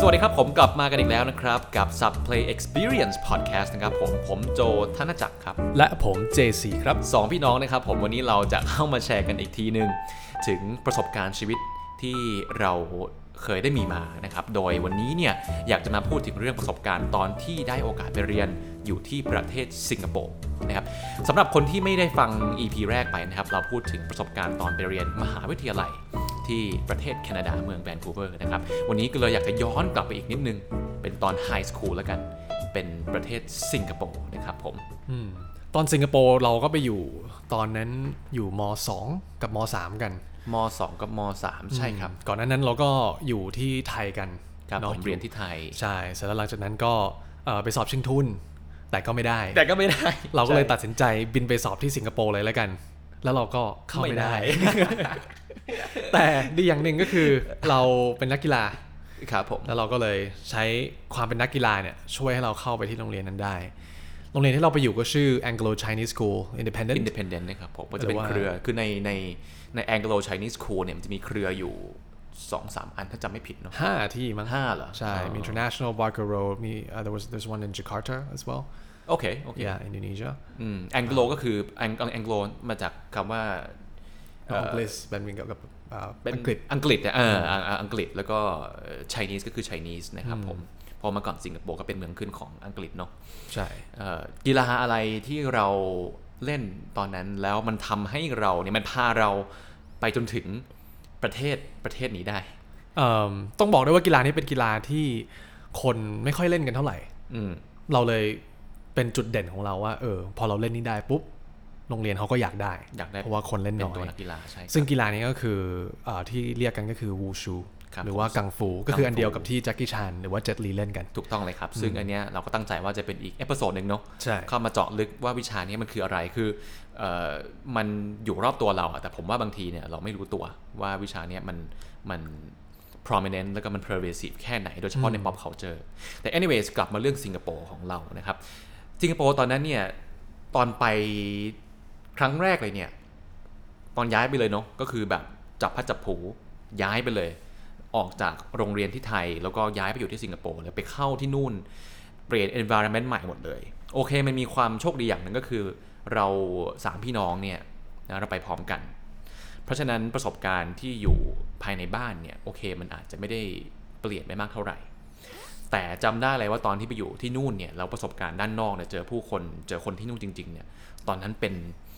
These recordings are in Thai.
วัสดีครับผมกลับมากันอีกแล้วนะครับกับ Subplay Experience Podcast นะครับผมโจธนจักรครับและผม JC ครับสองพี่น้องนะครับผมวันนี้เราจะเข้ามาแชร์กันอีกทีนึงถึงประสบการณ์ชีวิตที่เราเคยได้มีมานะครับโดยวันนี้เนี่ยอยากจะมาพูดถึงเรื่องประสบการณ์ตอนที่ได้โอกาสไปเรียนอยู่ที่ประเทศสิงคโปร์นะครับสำหรับคนที่ไม่ได้ฟัง EP แรกไปนะครับเราพูดถึงประสบการณ์ตอนไปเรียนมหาวิทยาลัยที่ประเทศแคนาดาเมืองแวนคูเวอร์นะครับวันนี้ก็เลยอยากจะย้อนกลับไปอีกนิดนึงเป็นตอนไฮสคูลแล้วกันเป็นประเทศสิงคโปร์นะครับผมตอนสิงคโปร์เราก็ไปอยู่ตอนนั้นอยู่ม.2 กับม.3 กันม.2 กับม.3 ใช่ครับก่อนนั้นเราก็อยู่ที่ไทยกันครับผมเรียนที่ไทยใช่เสร็จแล้วหลังจากนั้นก็ไปสอบชิงทุนแต่ก็ไม่ได้เราก็เลยตัดสินใจบินไปสอบที่สิงคโปร์เลยแล้วกันแล้วเราก็เข้าไม่ได้ แต่ดีอย่างหนึ่งก็คือเราเป็นนักกีฬาครับผมแล้วเราก็เลยใช้ความเป็นนักกีฬาเนี่ยช่วยให้เราเข้าไปที่โรงเรียนนั้นได้โรงเรียนที่เราไปอยู่ก็ชื่อ Anglo Chinese School Independent นะครับผมก็จะเป็นเครือคือใน Anglo Chinese School เนี่ยมันจะมีเครืออยู่ 2-3 อันถ้าจำไม่ผิดเนาะ 5ที่มั้ง 5เหรอใช่มี International Barker Road มีthere's one in Jakarta as well okay yeah Indonesia Anglo ก็คือ Anglo มาจากคำว่าอังกฤษเป็นเกี่ยวกับอังกฤษอังกฤษแล้วก็ Chinese ก็คือ Chinese นะครับผมพอมาก่อนสิงคโปร์ก็เป็นเมืองขึ้นของอังกฤษเนาะใช่กีฬาอะไรที่เราเล่นตอนนั้นแล้วมันทำให้เราเนี่ยมันพาเราไปจนถึงประเทศนี้ได้ต้องบอกด้วยว่ากีฬานี้เป็นกีฬาที่คนไม่ค่อยเล่นกันเท่าไหร่เราเลยเป็นจุดเด่นของเราว่าพอเราเล่นนี้ได้ปุ๊บโรงเรียนเขาก็อยากได้เพราะว่าคนเล่นน้อยเป็นตัวนักกีฬาใช่ซึ่งกีฬานี้ก็คือที่เรียกกันก็คือวูชูหรือว่ากังฟูก็คืออันเดียวกับที่แจ็คกี้ชานหรือว่าเจ็ตลีเล่นกันถูกต้องเลยครับซึ่งอันเนี้ยเราก็ตั้งใจว่าจะเป็นอีกเอพิโซดนึงเนาะเข้ามาเจาะลึกว่าวิชานี้มันคืออะไรคือมันอยู่รอบตัวเราแต่ผมว่าบางทีเนี่ยเราไม่รู้ตัวว่าวิชานี้มัน prominent แล้วก็มัน pervasive แค่ไหนโดยเฉพาะใน pop culture แต่ anyways กลับมาเรื่องสิงคโปร์ของเรานะครับสิงคโปร์ตอนนั้นเนี่ยตอนไปครั้งแรกเลยเนี่ยตอนย้ายไปเลยเนาะก็คือแบบจับพัดจับผูย้ายไปเลยออกจากโรงเรียนที่ไทยแล้วก็ย้ายไปอยู่ที่สิงคโปร์แล้วไปเข้าที่นู่นเปลี่ยน environment ใหม่หมดเลยโอเคมันมีความโชคดีอย่างหนึ่งก็คือเรา3พี่น้องเนี่ยนะเราไปพร้อมกันเพราะฉะนั้นประสบการณ์ที่อยู่ภายในบ้านเนี่ยโอเคมันอาจจะไม่ได้เปลี่ยนไปมากเท่าไหร่แต่จำได้เลยว่าตอนที่ไปอยู่ที่นู่นเนี่ยเราประสบการณ์ด้านนอกเนี่ยเจอผู้คนเจอคนที่นู่นจริงๆเนี่ยตอนนั้นเป็น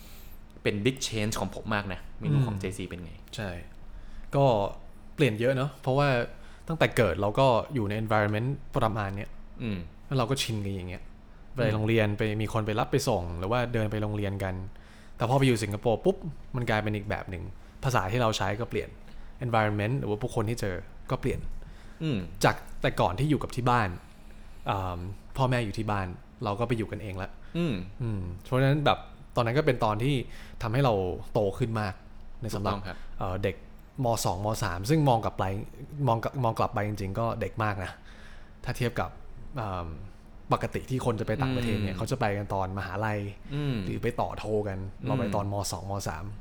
big change ของผมมากนะไม่รู้ของ JC เป็นไงใช่ก็เปลี่ยนเยอะเนาะเพราะว่าตั้งแต่เกิดเราก็อยู่ใน environment ประมาณเนี้ยแล้วเราก็ชินกันอย่างเงี้ยไปโรงเรียนไปมีคนไปรับไปส่งหรือว่าเดินไปโรงเรียนกันแต่พอไปอยู่สิงคโปร์ปุ๊บมันกลายเป็นอีกแบบหนึ่งภาษาที่เราใช้ก็เปลี่ยน environment หรือว่าผู้คนที่เจอก็เปลี่ยนจากแต่ก่อนที่อยู่กับที่บ้านพ่อแม่อยู่ที่บ้านเราก็ไปอยู่กันเองละเพราะฉะนั้นแบบตอนนั้นก็เป็นตอนที่ทำให้เราโตขึ้นมากในสำหรับเด็กม.2 ม.3 ซึ่งมองกลับไปจริงๆก็เด็กมากนะถ้าเทียบกับปกติที่คนจะไปต่างประเทศเนี่ยเขาจะไปกันตอนมหาลัยหรือไปต่อโทกันเราไปตอนม.2 ม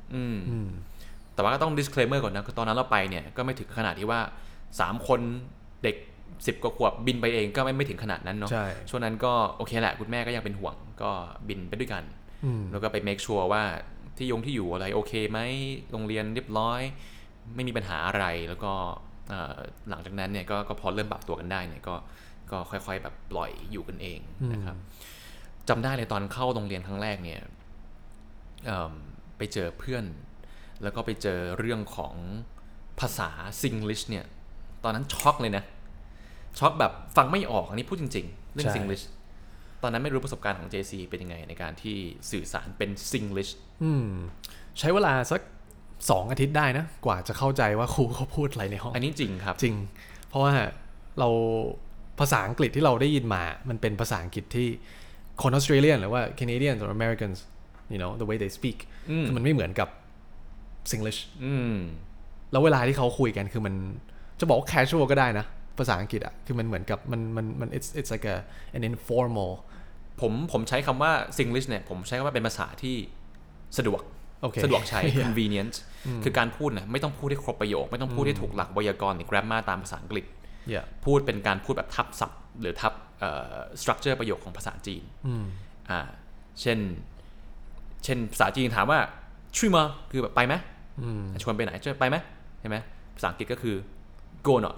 .3 แต่ว่าก็ต้อง disclaimer ก่อนนะคือตอนนั้นเราไปเนี่ยก็ไม่ถึงขนาดที่ว่า3คนเด็ก10 กว่าขวบบินไปเองก็ไม่ถึงขนาดนั้นเนาะช่วงนั้นก็โอเคแหละคุณแม่ก็ยังเป็นห่วงก็บินไปด้วยกันแล้วก็ไป make sure ว่าที่อยู่อะไรโอเคไหมโรงเรียนเรียบร้อยไม่มีปัญหาอะไรแล้วก็หลังจากนั้นเนี่ยก็พอเริ่มปรับตัวกันได้เนี่ยก็ค่อยๆแบบปล่อยอยู่กันเองนะครับจำได้เลยตอนเข้าโรงเรียนครั้งแรกเนี่ยไปเจอเพื่อนแล้วก็ไปเจอเรื่องของภาษาซิงลิชเนี่ยตอนนั้นช็อกเลยนะช็อกแบบฟังไม่ออกอันนี้พูดจริงๆเรื่องซิงลิชตอนนั้นไม่รู้ประสบการณ์ของ JC เป็นยังไงในการที่สื่อสารเป็นซิงลิชใช้เวลาสัก2 อาทิตย์ได้นะกว่าจะเข้าใจว่าครูเขาพูดอะไรในห้องอันนี้จริงครับจริงเพราะว่าเราภาษาอังกฤษที่เราได้ยินมามันเป็นภาษาอังกฤษที่คนออสเตรเลียนหรือว่า Canadians or Americans you know the way they speak คือมันไม่เหมือนกับ Singlish แล้วเวลาที่เขาคุยกันคือมันจะบอกว่า casual ก็ได้นะภาษาอังกฤษอ่ะคือมันเหมือนกับมัน it's like an informal ผมใช้คำว่า Singlish เนี่ยผมใช้คำว่าเป็นภาษาที่สะดวกใช้ convenient คือการพูดนะไม่ต้องพูดให้ครบประโยคไม่ต้องพูดให้ถูกหลักไวยากรณ์หรือ grammar ตามภาษาอังกฤษพูดเป็นการพูดแบบทับศัพท์หรือทับstructure ประโยคของภาษาจีนเช่นภาษาจีนถามว่าช่วยมาคือแบบไปไหมชวนไปไหนจะไปไหมใช่ไหมภาษาอังกฤษก็คือ go not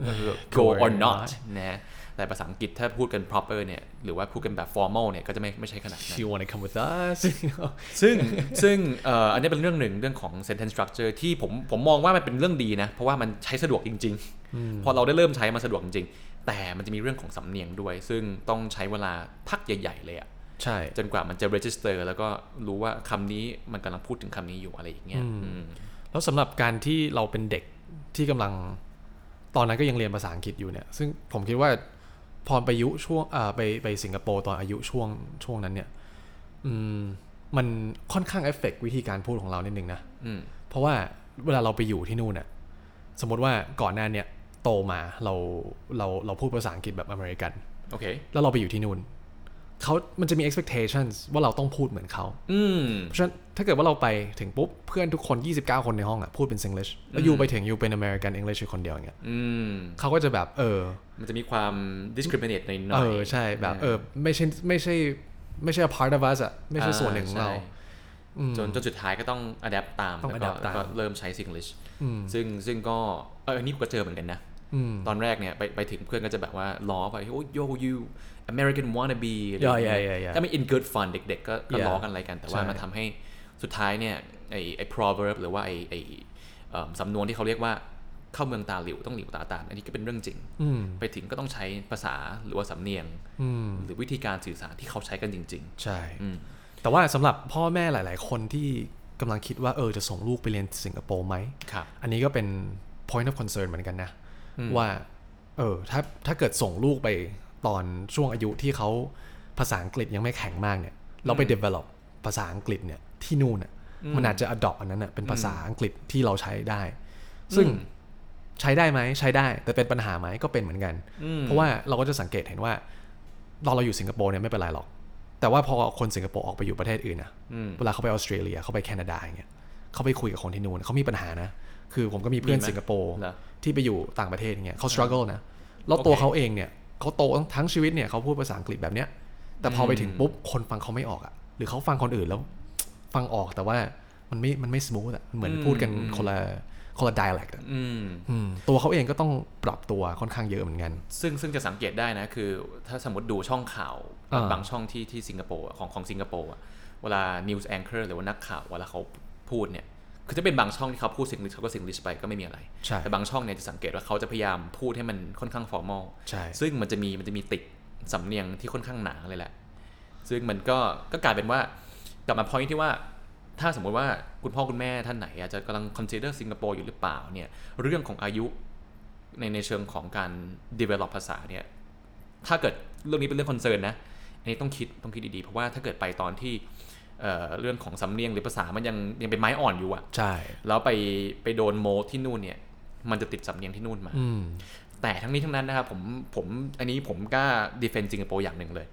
go or not นะแต่ภาษาอังกฤษถ้าพูดกัน proper เนี่ยหรือว่าพูดกันแบบ formal เนี่ยก็จะไม่ใช่ขนาดนั้น You wanna come with us ซึ่งอันนี้เป็นเรื่องหนึ่งเรื่องของ sentence structure ที่ผมมองว่ามันเป็นเรื่องดีนะเพราะว่ามันใช้สะดวกจริงๆพอเราได้เริ่มใช้มันสะดวกจริงๆแต่มันจะมีเรื่องของสำเนียงด้วยซึ่งต้องใช้เวลาพักใหญ่ๆเลยอะใช่จนกว่ามันจะ register แล้วก็รู้ว่าคำนี้มันกำลังพูดถึงคำนี้อยู่อะไรอย่างเงี้ยแล้วสำหรับการที่เราเป็นเด็กที่กำลังตอนนั้นก็ยังเรียนภาษาอังกฤษอยู่เนี่ยซึ่งผมคิดว่าพอไปอายุช่วงไปสิงคโปร์ตอนอายุช่วงนั้นเนี่ยมันค่อนข้างเอฟเฟกต์วิธีการพูดของเรานิดนึงนะเพราะว่าเวลาเราไปอยู่ที่นู่นน่ะสมมติว่าก่อนหน้าเนี่ยโตมาเราพูดภาษาอังกฤษแบบอเมริกันโอเคแล้วเราไปอยู่ที่นู่นมันจะมี expectations ว่าเราต้องพูดเหมือนเขาเพราะฉะนั้นถ้าเกิดว่าเราไปถึงปุ๊บเพื่อนทุกคน29คนในห้องอ่ะพูดเป็น Singlish แล้วอยู่ไปถึงอยู่เป็น American English คนเดียวอย่างเงี้ยเขาก็จะแบบมันจะมีความ discriminate หน่อยใช่แบบไม่ใช่ a part of us อ่ะไม่ใช่ส่วนหนึ่งของเราจนสุดท้ายก็ต้อง adapt ตามแล้วก็เริ่มใช้ Singlish ซึ่งก็อันนี้ก็เจอเหมือนกันนะตอนแรกเนี่ยไปถึงเพื่อนก็จะแบบว่าล้อไปโอ้ย yo you American wannabe ถ้าไม่ in good fun เด็กๆก็ล้อกันอะไรกันแต่ว่ามันทำให้สุดท้ายเนี่ยไอ้ proverb หรือว่าไอ้สำนวนที่เขาเรียกว่าเข้าเมืองตาหลิวต้องหลิวตาตามอันนี้ก็เป็นเรื่องจริงไปถึงก็ต้องใช้ภาษาหรือว่าสำเนียงหรือวิธีการสื่อสารที่เขาใช้กันจริงๆใช่แต่ว่าสำหรับพ่อแม่หลายๆคนที่กำลังคิดว่าจะส่งลูกไปเรียนสิงคโปร์ไหมอันนี้ก็เป็น point of concern เหมือนกันนะว่าถ้าเกิดส่งลูกไปตอนช่วงอายุที่เขาภาษาอังกฤษยังไม่แข็งมากเนี่ยเราไป develop ภาษาอังกฤษเนี่ยที่นู่นน่ะมันอาจจะ adopt อันนั้นน่ะเป็นภาษาอังกฤษที่เราใช้ได้ซึ่งใช้ได้ไหมใช้ได้แต่เป็นปัญหาไหมก็เป็นเหมือนกันเพราะว่าเราก็จะสังเกตเห็นว่าตอนเราอยู่สิงคโปร์เนี่ยไม่เป็นไรหรอกแต่ว่าพอคนสิงคโปร์ออกไปอยู่ประเทศอื่นนะเวลาเขาไปออสเตรเลียเขาไปแคนาดาอย่างเงี้ยเขาไปคุยกับคนที่นู่นเขามีปัญหานะคือผมก็มีเพื่อนสิงคโปร์ที่ไปอยู่ต่างประเทศอย่างเงี้ยเขา struggle นะแล้วตัวเขาเองเนี่ยเขาโตทั้งชีวิตเนี่ยเขาพูดภาษาอังกฤษแบบเนี้ยแต่พอไปถึงปุ๊บคนฟังเขาไม่ออกอ่ะหรือเขาฟังคนอื่นแล้วฟังออกแต่ว่ามันไม่ smooth อ่ะเหมือนพูดกันคนละ dialect อ่ะตัวเขาเองก็ต้องปรับตัวค่อนข้างเยอะเหมือนกันซึ่งจะสังเกตได้นะคือถ้าสมมติดูช่องข่าวบางช่องที่สิงคโปร์ของสิงคโปร์เวลา news anchor หรือว่านักข่าวเวลาเขาพูดเนี่ยคือจะเป็นบางช่องที่เขาพูดSinglishเขาก็Singlishไปก็ไม่มีอะไรแต่บางช่องเนี่ยจะสังเกตว่าเขาจะพยายามพูดให้มันค่อนข้าง formal ซึ่งมันจะมีติดสำเนียงที่ค่อนข้างหนาเลยแหละซึ่งมันก็กลายเป็นว่ากลับมา point ที่ว่าถ้าสมมติว่าคุณพ่อคุณแม่ท่านไหนอาจจะกำลัง consider สิงคโปร์อยู่หรือเปล่าเนี่ยเรื่องของอายุในเชิงของการ develop ภาษาเนี่ยถ้าเกิดเรื่องนี้เป็นเรื่อง concern นะอันนี้ต้องคิดดีๆเพราะว่าถ้าเกิดไปตอนที่เรื่องของสำเนียงหรือภาษามันยังเป็นไม้อ่อนอยู่อ่ะใช่แล้วไปโดนโมที่นู่นเนี่ยมันจะติดสำเนียงที่นู่นมาแต่ทั้งนี้ทั้งนั้นนะครับผมอันนี้ผมกล้า defend สิงคโปร์อย่างหนึ่งเลย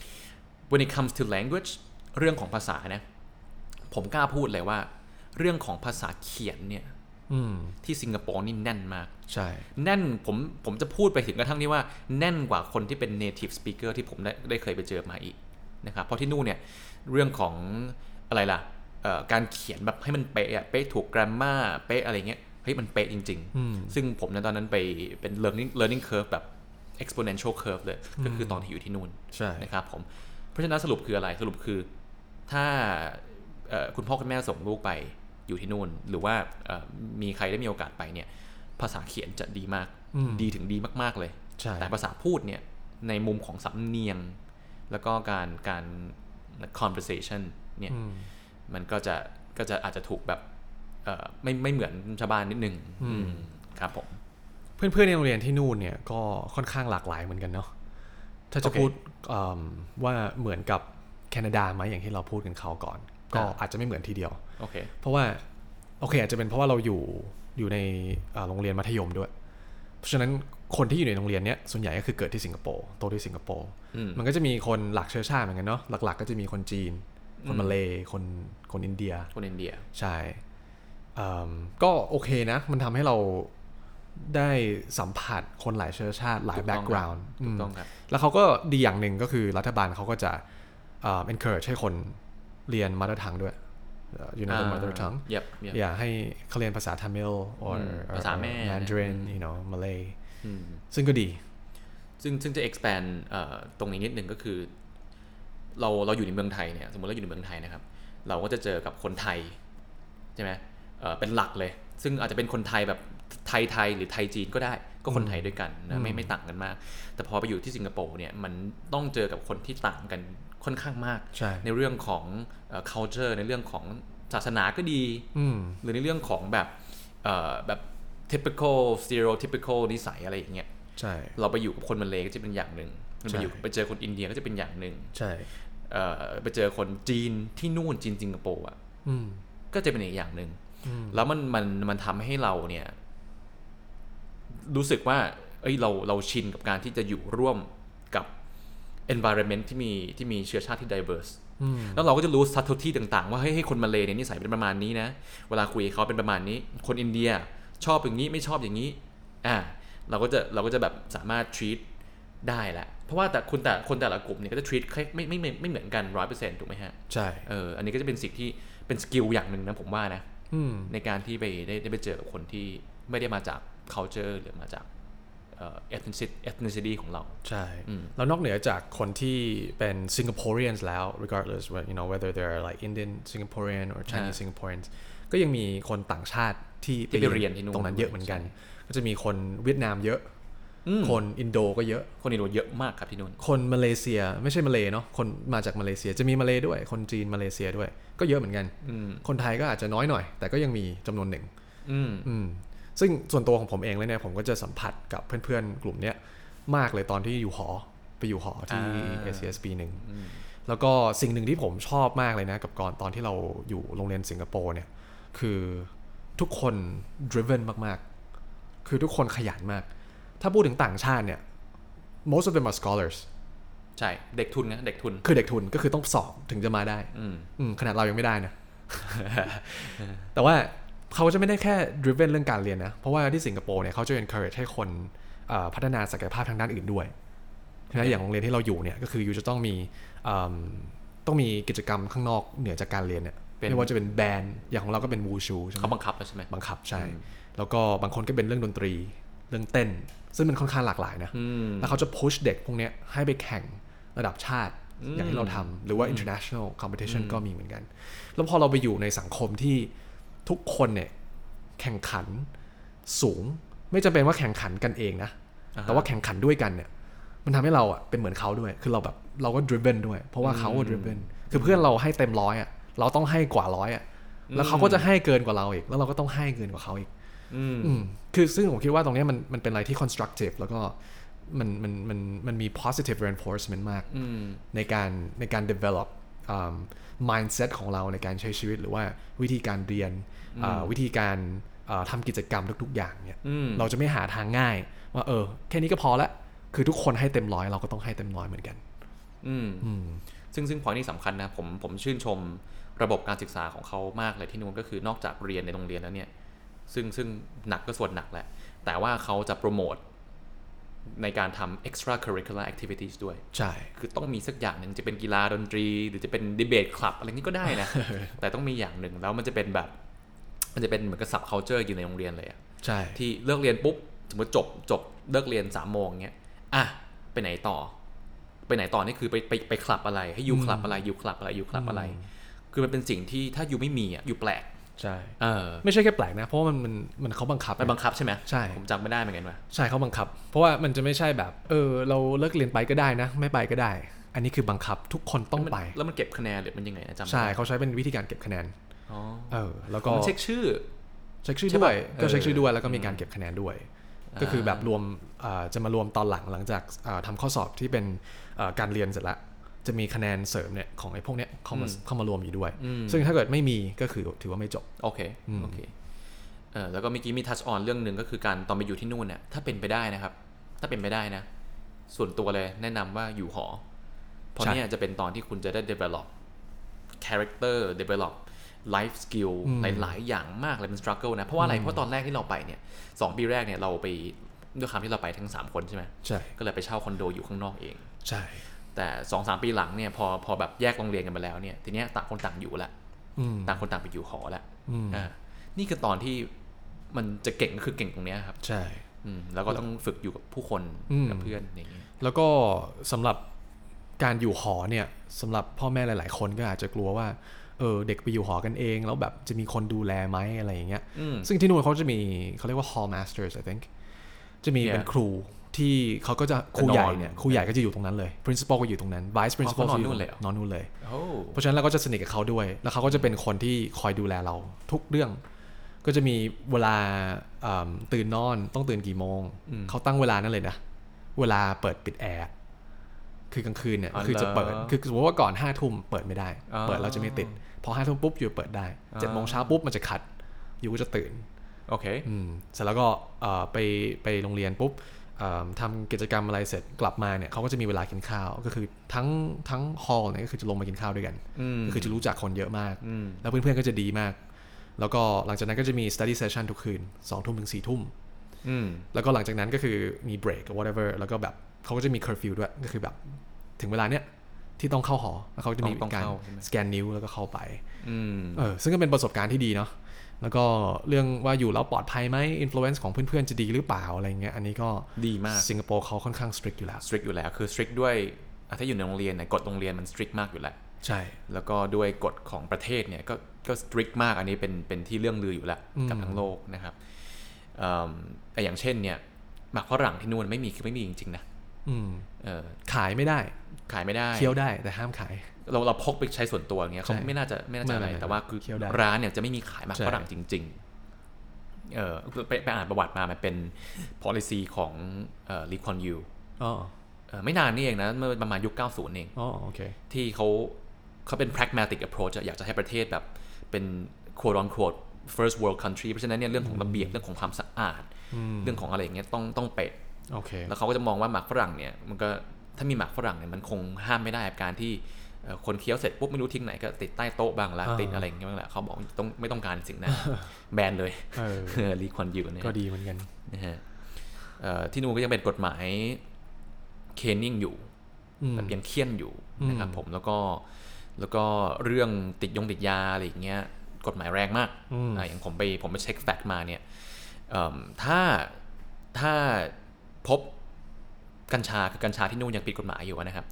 when it comes to language เรื่องของภาษานะผมกล้าพูดเลยว่าเรื่องของภาษาเขียนเนี่ยที่สิงคโปร์นี่แน่นมากใช่แน่นผมจะพูดไปถึงกระทั่งที่ว่าแน่นกว่าคนที่เป็น native speaker ที่ผมได้เคยไปเจอมาอีกนะครับเพราะที่นู่นเนี่ยเรื่องของอะไรล่ะการเขียนแบบให้มันเป๊ะถูก grammar เป๊ะอะไรเงี้ยเฮ้ยมันเป๊ะจริงๆซึ่งผมในตอนนั้นไปเป็น learning curve แบบ exponential curve เลยก็คือตอนที่อยู่ที่นู่นนะครับผมเพราะฉะนั้นสรุปคืออะไรสรุปคือถ้าคุณพ่อคุณแม่ส่งลูกไปอยู่ที่นู่นหรือว่ามีใครได้มีโอกาสไปเนี่ยภาษาเขียนจะดีมากดีถึงดีมากๆเลยแต่ภาษาพูดเนี่ยในมุมของสำเนียงแล้วก็การ conversation เนี่ยมันก็จะอาจจะถูกแบบไม่เหมือนชาวบ้านนิดนึงครับผมเพื่อนๆในโรงเรียนที่นู่นเนี่ยก็ค่อนข้างหลากหลายเหมือนกันเนาะถ้าจะพูดว่าเหมือนกับแคนาดาไหมอย่างที่เราพูดกันคราวก่อนก็อาจจะไม่เหมือนทีเดียวเพราะว่าอาจจะเป็นเพราะว่าเราอยู่ในโรงเรียนมัธยมด้วยเพราะฉะนั้นคนที่อยู่ในโรงเรียนเนี้ยส่วนใหญ่ก็คือเกิดที่สิงคโปร์โตที่สิงคโปร์มันก็จะมีคนหลักเชื้อชาติเหมือนกันเนาะหลักๆก็จะมีคนจีนคนมาเลย์คนอินเดียใช่ก็โอเคนะมันทำให้เราได้สัมผัสคนหลายเชื้อชาติหลายแบ็กกราวด์ถูกต้องครับแล้วเขาก็ดีอย่างหนึ่งก็คือรัฐบาลเขาก็จะencourage ให้คนเรียน mother tongue ด้วยmother tongue อย่าให้เขาเรียนภาษา Tamil or ภาษาแม่ Mandarin Malay ซึ่งก็ดีซึ่งจะ expand ตรงนี้นิดนึงก็คือเราอยู่ในเมืองไทยเนี่ยสมมติเราอยู่ในเมืองไทยนะครับเราก็จะเจอกับคนไทยใช่ไหมเป็นหลักเลยซึ่งอาจจะเป็นคนไทยแบบไทยหรือไทยจีนก็ได้ก็คนไทยด้วยกันนะไม่ต่างกันมากแต่พอไปอยู่ที่สิงคโปร์เนี่ยมันต้องเจอกับคนที่ต่างกันค่อนข้างมากในเรื่องของculture ในเรื่องของศาสนาก็ดีหรือในเรื่องของแบบ typical stereotypical นิสัยอะไรอย่างเงี้ยเราไปอยู่กับคนมาเลก็จะเป็นอย่างหนึ่งไปเจอคนอินเดียก็จะเป็นอย่างหนึ่งไปเจอคนจีนที่นู่นจีนสิงคโปร์อ่ะก็จะเป็นอีกอย่างหนึ่งแล้วมันทำให้เราเนี่ยรู้สึกว่าเราชินกับการที่จะอยู่ร่วมกับ environment ที่มีเชื้อชาติที่ diverse แล้วเราก็จะรู้ subtlety ต่างๆว่าให้คนมาเลเนี่ยนิสัยเป็นประมาณนี้นะเวลาคุยเขาเป็นประมาณนี้คนอินเดียชอบอย่างนี้ไม่ชอบอย่างนี้เราก็จะแบบสามารถ treat ได้แหละเพราะว่าแต่คนแต่ละกลุ่มเนี่ยก็จะ treat ไม่เหมือนกัน 100% ถูกไหมฮะใช่อันนี้ก็จะเป็นสิ่งที่เป็นสกิลอย่างหนึ่งนะผมว่านะในการที่ได้ไปเจอกับคนที่ไม่ได้มาจาก culture หรือมาจากethnicity ของเราใช่แล้วนอกเหนือจากคนที่เป็น Singaporeans แล้ว regardless whether they're like Indian Singaporean or Chinese Singaporeans ก็ยังมีคนต่างชาติที่ไปเรียนที่นู่นตรงนั้นเยอะเหมือนกันก็จะมีคนเวียดนามเยอะคนอินโดก็เยอะคนอินโดเยอะมากครับที่นู่นคนมาเลเซียไม่ใช่มาเลเนาะคนมาจากมาเลเซียจะมีมาเลด้วยคนจีนมาเลเซียด้วยก็เยอะเหมือนกันคนไทยก็อาจจะน้อยหน่อยแต่ก็ยังมีจำนวนหนึ่งซึ่งส่วนตัวของผมเองเลยเนี่ยผมก็จะสัมผัสกับเพื่อนๆกลุ่มเนี้ยมากเลยตอนที่อยู่หอไปอยู่หอที่ ACS ปีนึงแล้วก็สิ่งหนึ่งที่ผมชอบมากเลยนะกับตอนที่เราอยู่โรงเรียนสิงคโปร์เนี่ยคือทุกคน driven มากๆคือทุกคนขยันมากถ้าพูดถึงต่างชาติเนี่ย most of them are scholars ใช่เด็กทุนนะเด็กทุนคือเด็กทุนก็คือต้องสอบถึงจะมาได้ขนาดเรายังไม่ได้นะ แต่ว่าเขาจะไม่ได้แค่ driven เรื่องการเรียนนะเพราะว่าที่สิงคโปร์เนี่ยเขาจะ encourage ให้คนพัฒนาศักยภาพทางด้านอื่นด้วยนะอย่างโรงเรียนที่เราอยู่เนี่ยก็คืออยู่จะต้องมีกิจกรรมข้างนอกเหนือจากการเรียนเนี่ยไม่ว่าจะเป็นแบนด์อย่างของเราก็เป็นวูชูใช่ไหมเขาบังคับใช่ไหมบังคับใช่แล้วก็บางคนก็เป็นเรื่องดนตรีเรื่องเต้นซึ่งมันค่อนข้างหลากหลายนะแล้วเขาจะ push เด็กพวกนี้ให้ไปแข่งระดับชาติอย่างที่เราทำหรือว่า international competition ก็มีเหมือนกันแล้วพอเราไปอยู่ในสังคมที่ทุกคนเนี่ยแข่งขันสูงไม่จำเป็นว่าแข่งขันกันเองนะแต่ว่าแข่งขันด้วยกันเนี่ยมันทำให้เราอ่ะเป็นเหมือนเขาด้วยคือเราก็ driven ด้วยเพราะว่าเขาก็ driven คือเพื่อนเราให้เต็ม100อ่ะเราต้องให้กว่า100อ่ะแล้วเขาก็จะให้เกินกว่าเราอีกแล้วเราก็ต้องให้เกินกว่าเขาอีกคือซึ่งผมคิดว่าตรงนี้มันเป็นอะไรที่ constructive แล้วก็มันมี positive reinforcement มากในการ develop mindset ของเราในการใช้ชีวิตหรือว่าวิธีการเรียนวิธีการทำกิจกรรมทุกๆอย่างเนี่ยเราจะไม่หาทางง่ายว่าแค่นี้ก็พอละคือทุกคนให้เต็ม100เราก็ต้องให้เต็ม100เหมือนกันซึ่ง point นี้สำคัญนะผมชื่นชมระบบการศึกษาของเขามากเลยที่นู่นก็คือนอกจากเรียนในโรงเรียนแล้วเนี่ยซึ่งหนักก็ส่วนหนักแหละแต่ว่าเขาจะโปรโมทในการทำ extra curricular activities ด้วยใช่คือต้องมีสักอย่างหนึ่งจะเป็นกีฬาดนตรีหรือจะเป็น debate club อะไรนี้ก็ได้นะ แต่ต้องมีอย่างหนึ่งแล้วมันจะเป็นเหมือนกับ sub culture อยู่ในโรงเรียนเลยใช่ที่เลิกเรียนปุ๊บสมมติจบเลิกเรียน3 โมงเงี้ยไปไหนต่อนี่คือไปคลับอะไรให้ยูคลับอะไรยูคลับอะไรคือมันเป็นสิ่งที่ถ้ายูไม่มีอยู่แปลกใช่ไม่ใช่แค่แปลกนะเพราะว่ามันเขาบังคับใช่ไหมใช่ผมจำไม่ได้เหมือนกันว่าใช่เขาบังคับเพราะว่ามันจะไม่ใช่แบบเราเลิกเรียนไปก็ได้นะไม่ไปก็ได้อันนี้คือบังคับทุกคนต้องไปแล้วมันเก็บคะแนนหรือมันยังไงนะจำใช่เขาใช้เป็นวิธีการเก็บคะแนนแล้วก็เช็คชื่อด้วยก็เช็คชื่อด้วยแล้วก็มีการเก็บคะแนนด้วยก็คือแบบรวมจะมารวมตอนหลังจากทำข้อสอบที่เป็นการเรียนเสร็จแล้วจะมีคะแนนเสริมเนี่ยของไอ้พวกเนี้ยเข้ามารวมอยู่ด้วยซึ่งถ้าเกิดไม่มีก็คือถือว่าไม่จบโอเคแล้วก็เมื่อกี้มีทัชออนเรื่องนึงก็คือการตอนไปอยู่ที่นู่นเนี่ยถ้าเป็นไปได้นะครับถ้าเป็นไปได้นะส่วนตัวเลยแนะนำว่าอยู่หอเพราะเนี่ยจะเป็นตอนที่คุณจะได้ develop character develop life skill หลายๆอย่างมากเลยเป็น struggle นะเพราะว่าอะไรเพราะตอนแรกที่เราไปเนี่ย2 ปีแรกเนี่ยเราไปด้วยคำที่เราไปทั้ง3คนใช่ไหมใช่ก็เลยไปเช่าคอนโดอยู่ข้างนอกเองใช่แต่ 2-3 ปีหลังเนี่ยพอแบบแยกโรงเรียนกันไปแล้วเนี่ยทีเนี้ยต่างคนต่างอยู่ละต่างคนต่างไปอยู่หอละนี่คือตอนที่มันจะเก่งก็คือเก่งตรงเนี้ยครับใช่แล้วก็ต้องฝึกอยู่กับผู้คนกับเพื่อนอย่างเงี้ยแล้วก็สำหรับการอยู่หอเนี่ยสำหรับพ่อแม่หลายๆคนก็อาจจะกลัวว่าเด็กไปอยู่หอกันเองแล้วแบบจะมีคนดูแลไหมอะไรอย่างเงี้ยซึ่งที่นู่นเขาจะมีเขาเรียกว่า hall masters I think จะมีเป็นครูที่เขาก็จะครูใหญ่เนี่ยครูใหญ่ก็จะอยู่ตรงนั้นเลย principal ก็อยู่ตรงนั้น vice principal ก็อยู่นอนนู่นเลยเพราะฉะนั้นเราก็จะสนิทกับเขาด้วยแล้วเขาก็จะเป็นคนที่คอยดูแลเราทุกเรื่องก็จะมีเวลาตื่นนอนต้องตื่นกี่โมงเขาตั้งเวลานั่นเลยนะเวลาเปิดปิดแอร์คือกลางคืนเนี่ยคือจะเปิดคือสมมติว่าก่อน5 ทุ่มเปิดไม่ได้เปิดเราจะไม่ติดพอ5 ทุ่มปุ๊บอยู่เปิดได้7 โมงเช้าปุ๊บมันจะขัดอยู่ก็จะตื่นโอเคเสร็จแล้วก็ไปโรงเรียนปุ๊บทำกิจกรรมอะไรเสร็จกลับมาเนี่ยเขาก็จะมีเวลากินข้าวก็คือทั้งฮอลล์เนี่ยก็คือจะลงมากินข้าวด้วยกันก็คือจะรู้จักคนเยอะมากแล้วเพื่อนๆก็จะดีมากแล้วก็หลังจากนั้นก็จะมี study session ทุกคืน 20:00 ถึง 4:00 แล้วก็หลังจากนั้นก็คือมี break whatever แล้วก็แบบเขาก็จะมี curfew ด้วยก็คือแบบถึงเวลาเนี้ยที่ต้องเข้าหอแล้วเขาจะมีการสแกนนิ้วแล้วก็เข้าไปซึ่งก็เป็นประสบการณ์ที่ดีเนาะแล้วก็เรื่องว่าอยู่แล้วปลอดภัยไหม influence ของเพื่อนๆจะดีหรือเปล่าอะไรเงี้ยอันนี้ก็ดีมากสิงคโปร์เขาค่อนข้าง strict อยู่แล้วคือ strict ด้วยถ้าอยู่ในโรงเรียนเนี่ยกฎโรงเรียนมัน strict มากอยู่แล้วใช่แล้วก็ด้วยกฎของประเทศเนี่ยก็ strict มากอันนี้เป็นที่เรื่องลืออยู่แล้วกับทั้งโลกนะครับแต่อย่างเช่นเนี่ยหมากฝรั่งที่นู่นไม่มีจริงๆนะขายไม่ได้เคี้ยวได้แต่ห้ามขายเราพกไปใช้ส่วนตัวอย่างเงี้ยเขาไม่น่าจะอะไรแต่ว่าคือร้านเนี่ยจะไม่มีขายหมากฝรั่งจริงๆไปอ่านประวัติมามันเป็น policy ของลีคอนยูไม่นานนี่เองนะเมื่อประมาณยุค90เองที่เขาเป็น pragmatic approach อยากจะให้ประเทศแบบเป็น quote on quote first world country เพราะฉะนั้นเนี่ยเรื่องของระเบียบเรื่องของความสะอาดเรื่องของอะไรอย่างเงี้ยต้องเป๊ะแล้วเขาก็จะมองว่าหมากฝรั่งเนี่ยมันก็ถ้ามีหมากฝรั่งเนี่ยมันคงห้ามไม่ได้กับการที่คนเคี้ยวเสร็จปุ๊บไม่รู้ทิ้งไหนก็ติดใต้โต๊ะบ้างละติดอะไรอย่างเงี้ยบ้างแหละเขาบอกไม่ต้องการสิ่งนั้นแบนเลยลีคอนยูเนี่ยก็ดีเหมือนกันนะฮะที่นู่นก็ยังเป็นกฎหมายเคนนิ่งอยู่แบบยังเคี่ยนอยู่นะครับผมแล้วก็เรื่องติดยาอะไรอย่างเงี้ยกฎหมายแรงมากอย่างผมไปเช็คแฟกต์มาเนี่ยถ้าพบกัญชาคือกัญชาที่นู่นยังผิดกฎหมายอยู่นะครับ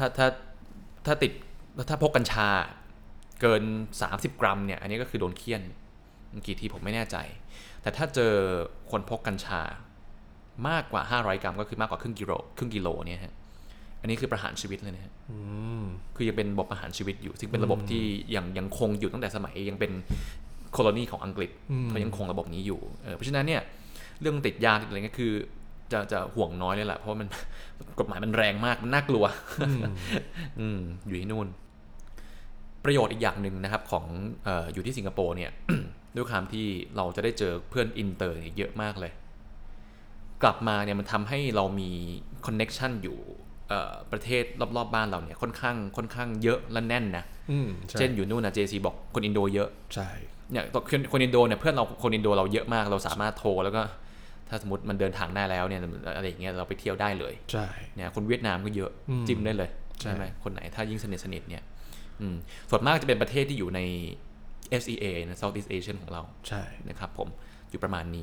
ถ้าพกกัญชาเกิน30 กรัมเนี่ยอันนี้ก็คือโดนเคี่ยนกี่ทีผมไม่แน่ใจแต่ถ้าเจอคนพกกัญชามากกว่า500 กรัมก็คือมากกว่าครึ่งกิโลเนี่ยฮะอันนี้คือประหารชีวิตเลยนะฮะคือยังเป็นระบบประหารชีวิตอยู่ซึ่งเป็นระบบที่ยังคงอยู่ตั้งแต่สมัยยังเป็นโคโลนีของอังกฤษเขายังคงระบบนี้อยู่เพราะฉะนั้นเนี่ยเรื่องติดยาติดอะไรเงี้ยคือจะห่วงน้อยเลยแหละเพราะมันกฎหมายมันแรงมากมันน่ากลัวอยู่ที่นู่นประโยชน์อีกอย่างหนึ่งนะครับของอยู่ที่สิงคโปร์เนี่ยด้วยความที่เราจะได้เจอเพื่อนอินเตอร์เยอะมากเลยกลับมาเนี่ยมันทำให้เรามีคอนเน็กชันอยู่ประเทศรอบๆบ้านเราเนี่ยค่อนข้างเยอะและแน่นนะเช่นอยู่นู่นนะ JC บอกคนอินโดเยอะใช่เนี่ยคนอินโดเนี่ยเพื่อนเราคนอินโดเราเยอะมากเราสามารถโทรแล้วก็ถ้าสมมติมันเดินทางได้แล้วเนี่ยอะไรอย่างเงี้ยเราไปเที่ยวได้เลยใช่เนี่ยคนเวียดนามก็เยอะจิ้มได้เลยใช่ไหมคนไหนถ้ายิ่งสนิทเนี่ยส่วนมากจะเป็นประเทศที่อยู่ใน SEA นะ Southeast Asian ของเราใช่นะครับผมอยู่ประมาณนี้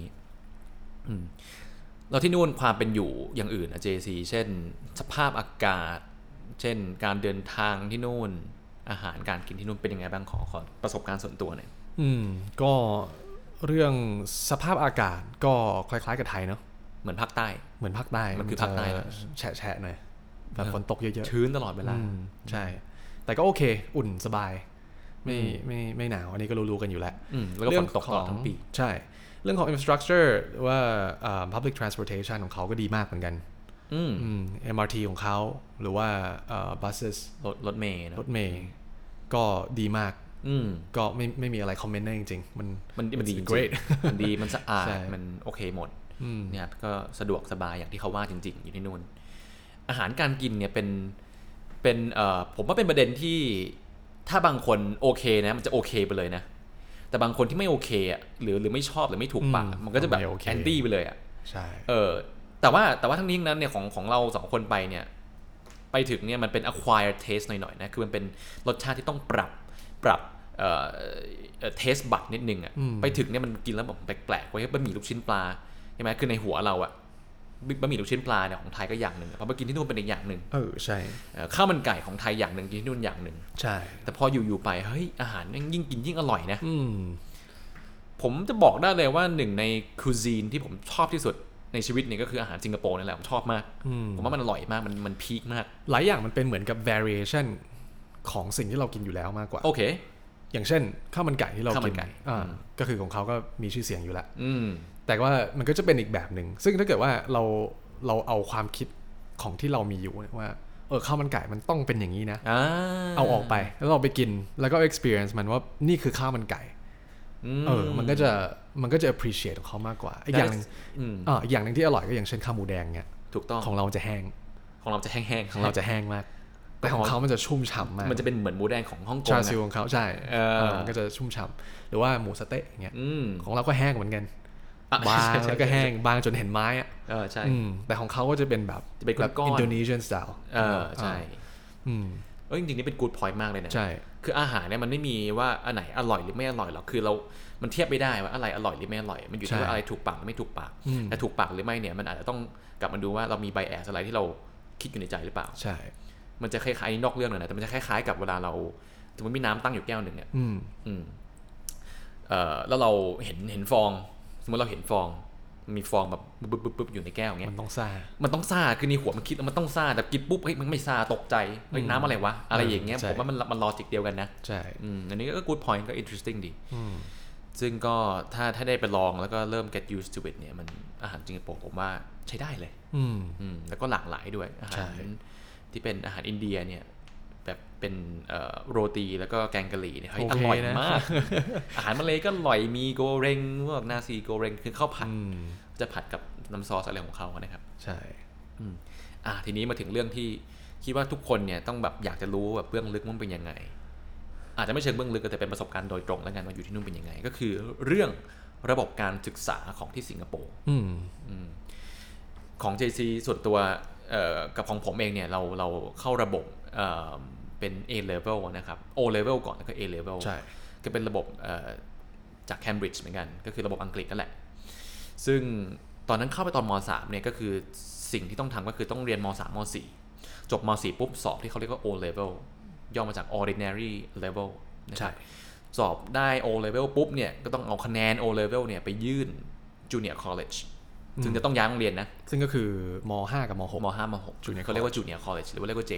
เราที่นู่นความเป็นอยู่อย่างอื่นนะ JC เช่นสภาพอากาศเช่นการเดินทางที่นู่นอาหารการกินที่นู่นเป็นยังไงบ้างขอประสบการณ์ส่วนตัวหน่อยก็เรื่องสภาพอากาศก็คล้ายๆกับไทยเนาะเหมือนภาคใต้มันคือภาคใต้แฉะๆหน่อยแบบฝนตกเยอะๆชื้นตลอดเวลาใช่แต่ก็โอเคอุ่นสบายไม่หนาวอันนี้ก็รู้ๆกันอยู่แล้วแล้วก็ฝนตกตลอดทั้งปีใช่เรื่องของ infrastructure ว่า public transportation ของเขาก็ดีมากเหมือนกันMRT ของเขาหรือว่า buses รถเมล์ก็ดีมากก็ไม่มีอะไรคอมเมนต์ได้จริงๆมันดี great มันดีมันสะอาดมันโอเคหมดเนี่ยก็สะดวกสบายอย่างที่เขาว่าจริงๆอยู่ที่นู่นอาหารการกินเนี่ยเป็นผมว่าเป็นประเด็นที่ถ้าบางคนโอเคนะมันจะโอเคไปเลยนะแต่บางคนที่ไม่โอเคอ่ะหรือไม่ชอบหรือไม่ถูกปากมันก็จะแบบแอนตี้ไปเลยอ่ะใช่แต่ว่าทั้งนี้ทั้งนั้นเนี่ยของเรา2คนไปเนี่ยไปถึงเนี่ยมันเป็น acquired taste หน่อยๆนะคือมันเป็นรสชาติที่ต้องปรับtaste bud นิดนึงอ่ะไปถึงเนี่ยมันกินแล้วแบบแปลกๆไว้บะหมี่ลูกชิ้นปลาใช่ไหมคือในหัวเราอ่ะบะหมี่ลูกชิ้นปลาเนี่ยของไทยก็อย่างหนึ่งพอไปกินที่นู่นเป็นอีกอย่างหนึ่งใช่ข้าวมันไก่ของไทยอย่างหนึ่งกินที่นู่นอย่างหนึ่งใช่แต่พออยู่ไปเฮ้ยอาหารยิ่งกินยิ่งอร่อยนะผมจะบอกได้เลยว่าหนึ่งในคูซีนที่ผมชอบที่สุดในชีวิตเนี่ยก็คืออาหารสิงคโปร์นี่แหละผมชอบมากผมว่ามันอร่อยมากมันพีคมากหลายอย่างมันเป็นเหมือนกับ variation ของสิ่งที่เรากินอยู่แล้วมากกว่าโอเคอย่างเช่นข้าวมันไก่ที่เรากินก็คือของเขาก็มีชื่อเสียงอยู่แล้วแต่ว่ามันก็จะเป็นอีกแบบหนึ่งซึ่งถ้าเกิดว่าเราเอาความคิดของที่เรามีอยู่ว่าข้าวมันไก่มันต้องเป็นอย่างนี้นะเอาออกไปแล้วเราไปกินแล้วก็ experience มันว่านี่คือข้าวมันไก่มันก็จะ appreciate ของเขามากกว่าอีกอย่างนึงอีกอย่างนึงที่อร่อยก็อย่างเช่นข้าวหมูแดงเนี่ยถูกต้องของเราจะแห้งของเราจะแห้งของเราจะแห้งมากแต่ของเขามันจะชุ่มฉ่ำมากมันจะเป็นเหมือนหมูแดงของฮ่องกงชาซิวของเขาใช่มันก็จะชุ่มฉ่ำหรือว่าหมูสะเต๊ะอย่างเงี้ยของเราก็แห้งเหมือนกันบางแล้วก็แห้งบางจนเห็นไม้อะใช่แต่ของเขาก็จะเป็นแบบอินโดนีเซียนสไตล์ใช่จริงๆนี่เป็น good point มากเลยนะใช่คืออาหารเนี่ยมันไม่มีว่าอันไหนอร่อยหรือไม่อร่อยหรอกคือมันเทียบไม่ได้ว่าอะไรอร่อยหรือไม่อร่อยมันอยู่ที่ว่าอะไรถูกปากหรือไม่ถูกปากแต่ถูกปากหรือไม่เนี่ยมันอาจจะต้องกลับมาดูว่าเรามีไบแอสอะไรที่เราคิดอยู่ในใจหรือเปล่าใช่มันจะคล้ายๆนอกเรื่องเลยนะแต่มันจะคล้ายๆกับเวลาเราสมมติมีน้ำตั้งอยู่แก้วหนึ่งเนี่ยแล้วเราเห็นฟองสมมติเราเห็นฟองมีฟองแบบบึ๊บอยู่ในแก้วอย่างเงี้ยมันต้องซ่าคือในหัวมันคิดว่ามันต้องซ่าแต่กินปุ๊บเฮ้ยมันไม่ซ่าตกใจเฮ้ยน้ำอะไรวะอะไรอย่างเงี้ยผมว่ามันลอจิกเดียวกันนะใช่อันนี้ก็ good point ก็ interesting ดีซึ่งก็ถ้าได้ไปลองแล้วก็เริ่ม get used to it เนี่ยมันอาหารสิงคโปร์ผมว่าใช้ได้เลยแล้วก็หลากหลายด้วยอาหารที่เป็นอาหารอินเดียเนี่ยแบบเป็นโรตีแล้วก็แกงกะหรี่เนี่ยอร่อยมากอาหารมาเลก็อร่อยมีโกเรงพวกนาซีโกเรงคือข้าวผัดจะผัดกับน้ำซอสอะไรของเขานะครับใช่ทีนี้มาถึงเรื่องที่คิดว่าทุกคนเนี่ยต้องแบบอยากจะรู้แบบเบื้องลึกมันเป็นยังไงอาจจะไม่เชิงเบื้องลึกแต่เป็นประสบการณ์โดยตรงแล้วกันว่าอยู่ที่นู่นเป็นยังไงก็คือเรื่องระบบการศึกษาของที่สิงคโปร์ของ JC ส่วนตัวกับของผมเองเนี่ยเราเข้าระบบเป็น A level นะครับ O level ก่อนแล้วก็ A level ใช่ก็เป็นระบบจาก Cambridge เหมือนกันก็คือระบบอังกฤษนั่นแหละซึ่งตอนนั้นเข้าไปตอนม.3 เนี่ยก็คือสิ่งที่ต้องทำก็คือต้องเรียนม.3 ม.4 จบม.4 ปุ๊บสอบที่เขาเรียกว่า O level ย่อมาจาก ordinary level ใช่สอบได้ O level ปุ๊บเนี่ยก็ต้องเอาคะแนน O level เนี่ยไปยื่น junior college ซึ่งจะต้องย้ายโรงเรียนนะซึ่งก็คือม.5 กับม .6 ม.5 ม.6 เขาเรียกว่า junior college หรือว่าเรียกว่า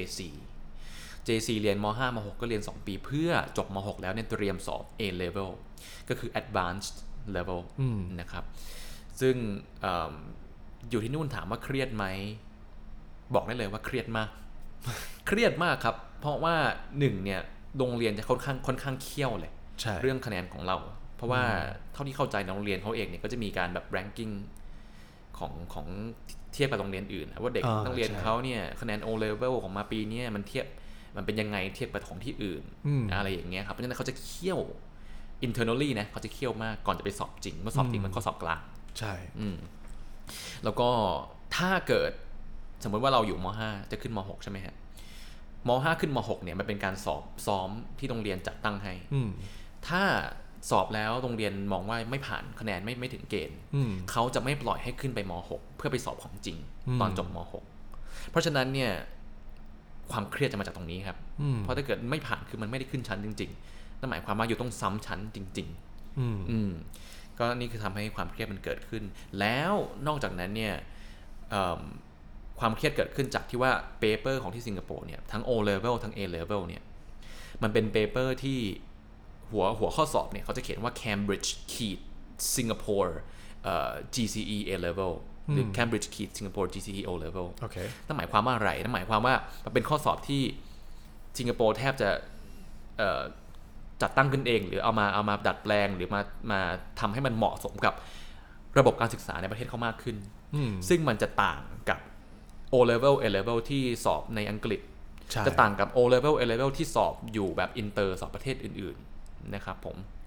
JC เรียนม.5 ม.6 ก็เรียน2ปีเพื่อจบม.6 แล้วเนี่ยเตรียมสอบ A level ก็คือ advanced level นะครับซึ่งอยู่ที่นู่นถามว่าเครียดไหมบอกได้เลยว่าเครียดมาก เครียดมากครับเพราะว่า1เนี่ยโรงเรียนจะค่อนข้างเคี่ยวเลยเรื่องคะแนนของเราเพราะว่าเท่าที่เข้าใจในโรงเรียนเขาเองเนี่ยก็จะมีการแบบ ranking ของเทียบกับโรงเรียนอื่นว่าเด็กนักเรียนเขาเนี่ยคะแนน O level ของมาปีนี้มันเป็นยังไงเทียบกับของที่อื่นอะไรอย่างเงี้ยครับเพราะฉะนั้นเขาจะเคี่ยว internally นะเขาจะเคี่ยวมากก่อนจะไปสอบจริงเมื่อสอบจริงมันก็สอบกลางใช่แล้วก็ถ้าเกิดสมมติว่าเราอยู่ม.5 จะขึ้นม.6 ใช่ไหมฮะม.5 ขึ้นม.6 เนี่ยมันเป็นการซ้อมที่โรงเรียนจัดตั้งให้ถ้าสอบแล้วโรงเรียนมองว่าไม่ผ่านคะแนนไม่ถึงเกณฑ์เขาจะไม่ปล่อยให้ขึ้นไปม.6 เพื่อไปสอบของจริงตอนจบม.6 เพราะฉะนั้นเนี่ยความเครียดจะมาจากตรงนี้ครับเพราะถ้าเกิดไม่ผ่านคือมันไม่ได้ขึ้นชั้นจริงๆนั่นหมายความว่าอยู่ต้องซ้ำชั้นจริงๆก็นี่คือทำให้ความเครียดมันเกิดขึ้นแล้วนอกจากนั้นเนี่ยความเครียดเกิดขึ้นจากที่ว่าเปเปอร์ของที่สิงคโปร์เนี่ยทั้ง O level ทั้ง A level เนี่ยมันเป็นเปเปอร์ที่หัวข้อสอบเนี่ยเขาจะเขียนว่า Cambridge Singapore GCE A level หรือ Cambridge Singapore GCE O level นั่นหมายความว่าอะไรนั่นหมายความว่ามันเป็นข้อสอบที่สิงคโปร์แทบจะจัดตั้งขึ้นเองหรือเอามาดัดแปลงหรือมาทำให้มันเหมาะสมกับระบบการศึกษาในประเทศเขามากขึ้นซึ่งมันจะต่างกับ O level A level ที่สอบในอังกฤษจะต่างกับ O level A level ที่สอบอยู่แบบอินเตอร์สอบประเทศอื่นๆนะครับผมข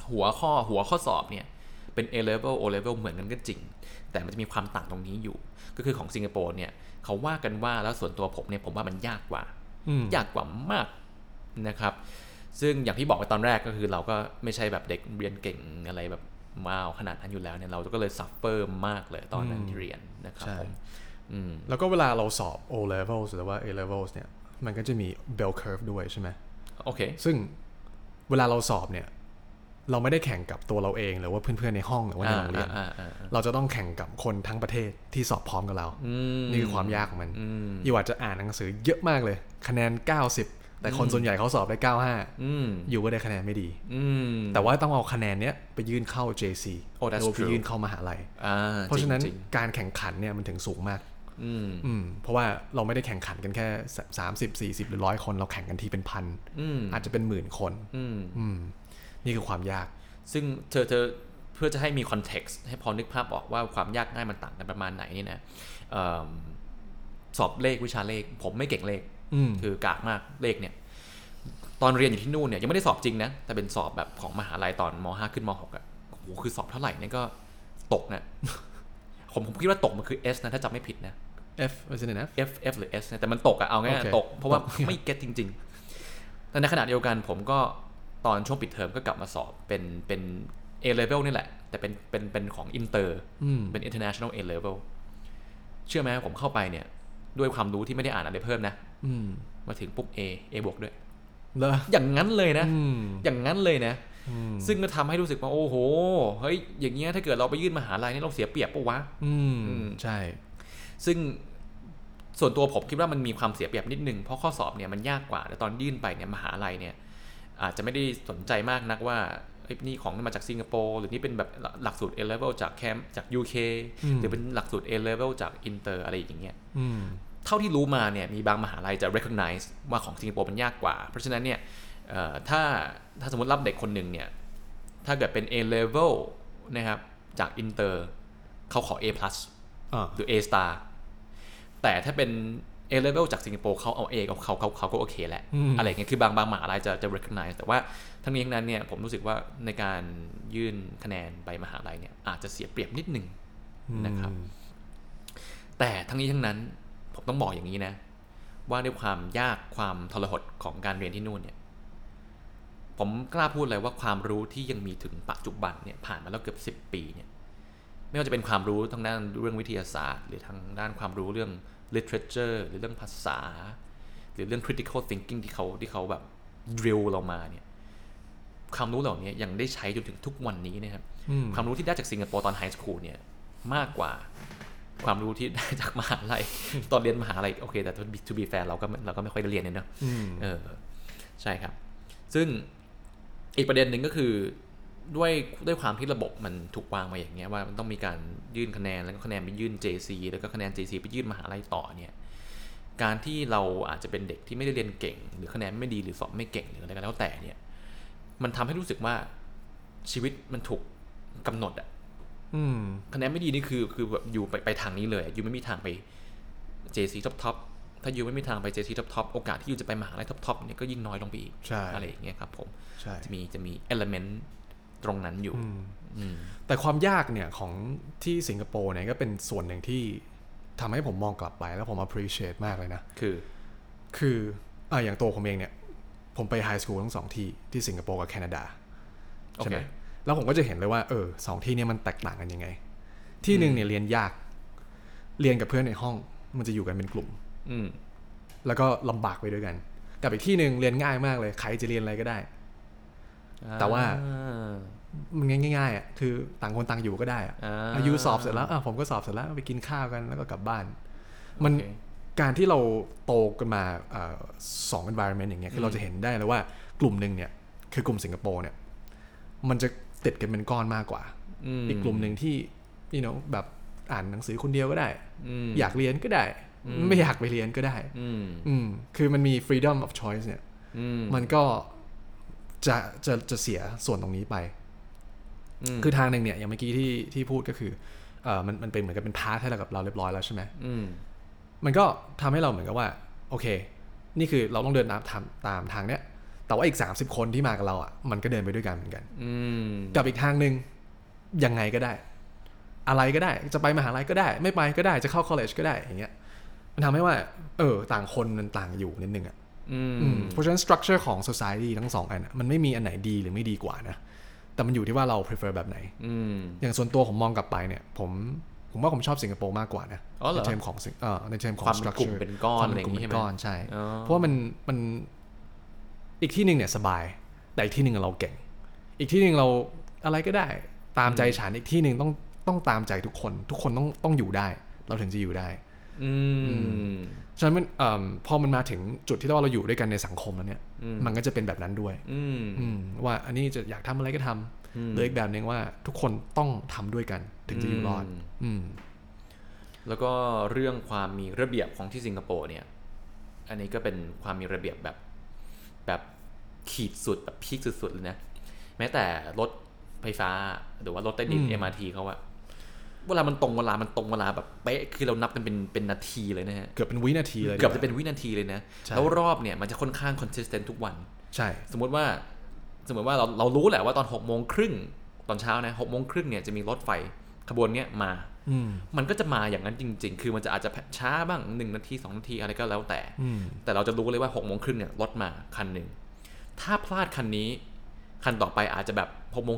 หัวข้อสอบเนี่ยเป็น A level O level เหมือนกันก็จริงแต่มันจะมีความต่างตรงนี้อยู่ก็คือของสิงคโปร์เนี่ยเขาว่ากันว่าแล้วส่วนตัวผมเนี่ยผมว่ามันยากกว่ามากนะครับซึ่งอย่างที่บอกไปตอนแรกก็คือเราก็ไม่ใช่แบบเด็กเรียนเก่งอะไรแบบว้าวขนาดนั้นอยู่แล้วเนี่ยเราก็เลยซัฟเฟอร์มากเลยตอนนั้นที่เรียนนะครับผมแล้วก็เวลาเราสอบ O levels หรือว่า A levels เนี่ยมันก็จะมี bell curve ด้วยใช่ไหมโอเคซึ่งเวลาเราสอบเนี่ยเราไม่ได้แข่งกับตัวเราเองหรือว่าเพื่อนๆในห้องหรือว่าในโรงเรียนเราจะต้องแข่งกับคนทั้งประเทศที่สอบพร้อมกับเรานี่คือความยากของมันอยู่อาจจะอ่านหนังสือเยอะมากเลยคะแนน90แต่คนส่วนใหญ่เขาสอบได้95อยู่ก็ได้คะแนนไม่ดีแต่ว่าต้องเอาคะแนนเนี้ยไปยื่นเข้า JC หรือไปยื่นเข้ามหาลัยเพราะฉะนั้นการแข่งขันเนี่ยมันถึงสูงมากเพราะว่าเราไม่ได้แข่งขันกันแค่30 40หรือ100คนเราแข่งกันทีเป็นพันอาจจะเป็นหมื่นคนนี่คือความยากซึ่งเธอเพื่อจะให้มีคอนเท็กซ์ให้พอนึกภาพออกว่าความยากง่ายมันต่างกันประมาณไหนนี่นะสอบเลขวิชาเลขผมไม่เก่งเลขคือกากมากเลขเนี่ยตอนเรียนอยู่ที่นู่นเนี่ยยังไม่ได้สอบจริงนะแต่เป็นสอบแบบของมหาลัยตอนม.5 ขึ้นม.6 อ่ะโอ้โหคือสอบเท่าไหร่เนี่ยก็ตกนะผมคิดว่าตกมันคือ S นะถ้าจำไม่ผิดนะ F ไม่ใช่นะ F หรือ S นะแต่มันตกอะเอาง่ายๆตกเพราะว่าไม่เก็ตจริงๆแต่ในขณะเดียวกันผมก็ตอนช่วงปิดเทอมก็กลับมาสอบเป็น A level นี่แหละแต่เป็นของอินเตอร์เป็น international A level เชื่อไหมผมเข้าไปเนี่ยด้วยความรู้ที่ไม่ได้อ่านอะไรเพิ่มนะมาถึงปุ๊บ A บวกด้วยอย่างนั้นเลยนะอย่างนั้นเลยนะซึ่งก็ทำให้รู้สึกว่าโอ้โหเฮ้ยอย่างเงี้ยถ้าเกิดเราไปยื่นมหาลัยนี่เราเสียเปรียบปะวะใช่ซึ่งส่วนตัวผมคิดว่ามันมีความเสียเปรียบนิดนึงเพราะข้อสอบเนี่ยมันยากกว่าแต่ตอนยื่นไปเนี่ยมหาลัยเนี่ยอาจจะไม่ได้สนใจมากนักว่านี่ของมาจากสิงคโปร์หรือนี่เป็นแบบหลักสูตร A level จากแคมป์จาก UK หรือเป็นหลักสูตร A level จากอินเตอร์อะไรอย่างเงี้ยเท่าที่รู้มาเนี่ยมีบางมหาลัยจะ recognize ว่าของสิงคโปร์มันยากกว่าเพราะฉะนั้นเนี่ยถ้าสมมติรับเด็กคนหนึ่งเนี่ยถ้าเกิดเป็น A level นะครับจากอินเตอร์เขาขอ A+ หรือ A star แต่ถ้าเป็น A level จากสิงคโปร์เขาเอา A กับเขาก็โอเคแหละอะไรเงี้ยคือบางมหาลัยจะ recognize แต่ว่าทั้งนี้ทั้งนั้นเนี่ยผมรู้สึกว่าในการยื่นคะแนนไปมหาลัยเนี่ยอาจจะเสียเปรียบนิดนึงนะครับแต่ทั้งนี้ทั้งนั้นผมต้องบอกอย่างนี้นะว่าด้วยความยากความทรหดของการเรียนที่นู่นเนี่ยผมกล้าพูดเลยว่าความรู้ที่ยังมีถึงปัจจุบันเนี่ยผ่านมาแล้วเกือบ10 ปีเนี่ยไม่ว่าจะเป็นความรู้ทางด้านเรื่องวิทยาศาสตร์หรือทางด้านความรู้เรื่อง literature หรือเรื่องภาษาหรือเรื่อง critical thinking ที่เขาแบบ drill เรามาเนี่ยความรู้เหล่านี้ยังได้ใช้จนถึงทุกวันนี้นะครับความรู้ที่ได้จากสิงคโปร์ตอนไฮสคูลเนี่ยมากกว่าความรู้ที่ได้จากมหาลัยตอนเรียนมหาลัยโอเคแต่ to be fair เราก็ไม่ค่อยได้เรียนเนี่ยเนาะใช่ครับซึ่งอีกประเด็นหนึ่งก็คือด้วยความที่ระบบมันถูกวางมาอย่างเงี้ยว่ามันต้องมีการยื่นคะแนนแล้วก็คะแนนไปยื่น JC แล้วก็คะแนน JC ไปยื่นมหาลัยต่อเนี่ยการที่เราอาจจะเป็นเด็กที่ไม่ได้เรียนเก่งหรือคะแนนไม่ดีหรือสอบไม่เก่งหรืออะไรก็แล้วแต่เนี่ยมันทำให้รู้สึกว่าชีวิตมันถูกกำหนดอะคะแนนไม่ดีนี่คือแบบอยู่ไปทางนี้เลยอยู่ไม่มีทางไป JC top ถ้าอยู่ไม่มีทางไป JC top โอกาสที่อยู่จะไปมหาลัย top เนี่ยก็ยิ่งน้อยลงไปอีกอะไรอย่างเงี้ยครับผมจะมี element ตรงนั้นอยู่แต่ความยากเนี่ยของที่สิงคโปร์เนี่ยก็เป็นส่วนหนึ่งที่ทำให้ผมมองกลับไปแล้วผม appreciate มากเลยนะคืออย่างตัวผมเองเนี่ยผมไปไฮสคูลทั้ง2ที่สิงคโปร์กับแคนาดาใช่ไหมแล้วผมก็จะเห็นเลยว่า2ที่นี้มันแตกต่างกันยังไงที่นึงเนี่ยเรียนยากเรียนกับเพื่อนในห้องมันจะอยู่กันเป็นกลุ่มแล้วก็ลำบากไปด้วยกันกับอีกที่นึงเรียนง่ายมากเลยใครจะเรียนอะไรก็ได้แต่ว่ามันง่ายๆอ่ะคือต่างคนต่างอยู่ก็ได้ยูสอบเสร็จแล้วผมก็สอบเสร็จแล้วไปกินข้าวกันแล้วก็กลับบ้านมันการที่เราโตกันมา2 environment อย่างเงี้ยคือเราจะเห็นได้เลยว่ากลุ่มนึงเนี่ยคือกลุ่มสิงคโปร์เนี่ยมันจะติดกันเป็นก้อนมากกว่าอีกกลุ่มนึงที่แบบอ่านหนังสือคนเดียวก็ได้อยากเรียนก็ได้ไม่อยากไปเรียนก็ได้คือมันมี freedom of choice เนี่ยมันก็จะเสียส่วนตรงนี้ไปคือทางหนึ่งเนี่ยอย่างเมื่อกี้ที่พูดก็คือมันเป็นเหมือนกับเป็นพาร์ทให้เรากับเราเรียบร้อยแล้วใช่ไหมมันก็ทำให้เราเหมือนกับว่าโอเคนี่คือเราต้องเดินตามทางเนี้ยแต่ว่าอีก30คนที่มากับเราอ่ะมันก็เดินไปด้วยกันเหมือนกันกับอีกทางนึงยังไงก็ได้อะไรก็ได้จะไปมหาลัยก็ได้ไม่ไปก็ได้จะเข้า college ก็ได้อย่างเงี้ยมันทำให้ว่าต่างคนมันต่างอยู่นิดนึงอ่ะเพราะฉะนั้น structure ของ society ทั้งสองอันมันไม่มีอันไหนดีหรือไม่ดีกว่านะแต่มันอยู่ที่ว่าเรา prefer แบบไหนอย่างส่วนตัวผมมองกลับไปเนี่ยผมว่าผมชอบสิงคโปร์มากกว่านะในเทอมของในเทอมของ structure เป็นก้อนอะไรอย่างงี้ใช่ไหมใช่เพราะว่ามันอีกที่นึงเนี่ยสบายแต่อีกที่นึงเราเก่งอีกที่นึงเราอะไรก็ได้ตามใจฉันอีกที่นึงต้องตามใจทุกคนต้องอยู่ได้เราถึงจะอยู่ได้ฉะนั้นพอมันมาถึงจุดที่เราอยู่ด้วยกันในสังคมแล้วเนี่ยมันก็จะเป็นแบบนั้นด้วยว่าอันนี้จะอยากทำอะไรก็ทำหรืออีกแบบนึงว่าทุกคนต้องทำด้วยกันถึงจะอยู่รอดแล้วก็เรื่องความมีระเบียบของที่สิงคโปร์เนี่ยอันนี้ก็เป็นความมีระเบียบแบบขีดสุดแบบพีคสุดๆเลยนะแม้แต่รถไฟฟ้าหรือว่ารถใต้ดิน MRT เขาว่าเวลามันตรงเวลาแบบเป๊ะคือเรานับกันเป็นนาทีเลยนะฮะเกือบเป็นวินาทีเลยเกือบจะเป็นวินาทีเลยนะแล้วรอบเนี่ยมันจะค่อนข้าง consistent ทุกวันใช่สมมติว่าเรารู้แหละว่าตอน 6:30 นตอนเช้านะ 6:30 นเนี่ยจะมีรถไฟขบวนเนี้ยมามันก็จะมาอย่างนั้นจริงๆคือมันจะอาจจะช้าบ้าง1นาที2นาทีอะไรก็แล้วแต่เราจะรู้เลยว่า 6:30 นเนี่ยรถมาคันนึงถ้าพลาดคันนี้คันต่อไปอาจจะแบบ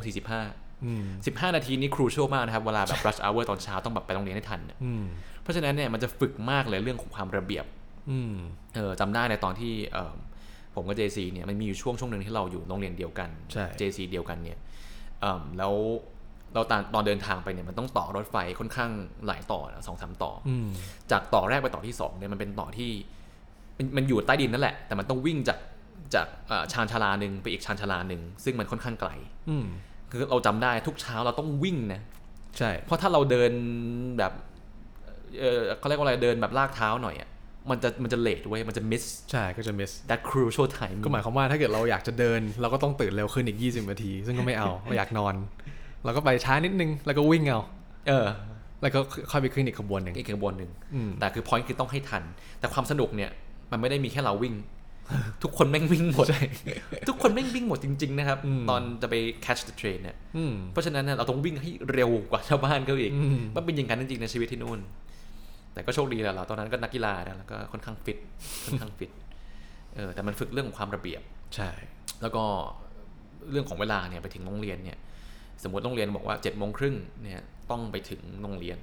6:45 นาทีนี้ครูชั่วมากนะครับเวลาแบบ rush hour ตอนเช้าต้องแบบไปโรงเรียนให้ทันเพราะฉะนั้นเนี่ยมันจะฝึกมากเลยเรื่องของความระเบียบจำได้ในตอนที่ผมกับ JC เนี่ยมันมีอยู่ช่วงนึงที่เราอยู่โรงเรียนเดียวกัน JC เดียวกันเนี่ยแล้วเราตอนเดินทางไปเนี่ยมันต้องต่อรถไฟค่อนข้างหลายต่อ 2-3 ต่อจากต่อแรกไปต่อที่2เนี่ยมันเป็นต่อที่มันอยู่ใต้ดินนั่นแหละแต่มันต้องวิ่งจากชานชาลานึงไปอีกชานชาลานึงซึ่งมันค่อนข้างไกลคือเราจำได้ทุกเช้าเราต้องวิ่งนะใช่เพราะถ้าเราเดินแบบเขาเรียกว่าอะไรเดินแบบลากเท้าหน่อยอ่ะมันจะเลทเว้ยมันจะ miss ใช่ก็จะ miss that crucial time ก็หมายความว่าถ้าเกิดเราอยากจะเดินเราก็ต้องตื่นเร็วขึ้นอีก20นาทีซึ่งก็ไม่เอาเราอยากนอนเราก็ไปช้านิดนึงแล้วก็วิ่งเอาแล้วก็ค่อยไปขึ้นอีกขบวนนึงแต่คือ point คือต้องให้ทันแต่ความสนุกเนี่ยมันไม่ได้มีแค่เราวิ่งทุกคนแม่งวิ่งหมดทุกคนแม่งวิ่งหมดจริงๆนะครับตอนจะไป catch the train เนี่ยเพราะฉะนั้นเราต้องวิ่งให้เร็วกว่าชาวบ้านเขาอีกมันเป็นอย่างนั้นจริงๆในชีวิตที่นู่นแต่ก็โชคดีแหละเราตอนนั้นก็นักกีฬาแล้วก็ค่อนข้างฟิตแต่มันฝึกเรื่องของความระเบียบใช่แล้วก็เรื่องของเวลาเนี่ยไปถึงโรงเรียนเนี่ยสมมติโรงเรียนบอกว่า 7:30 นเนี่ยต้องไปถึงโรงเรียน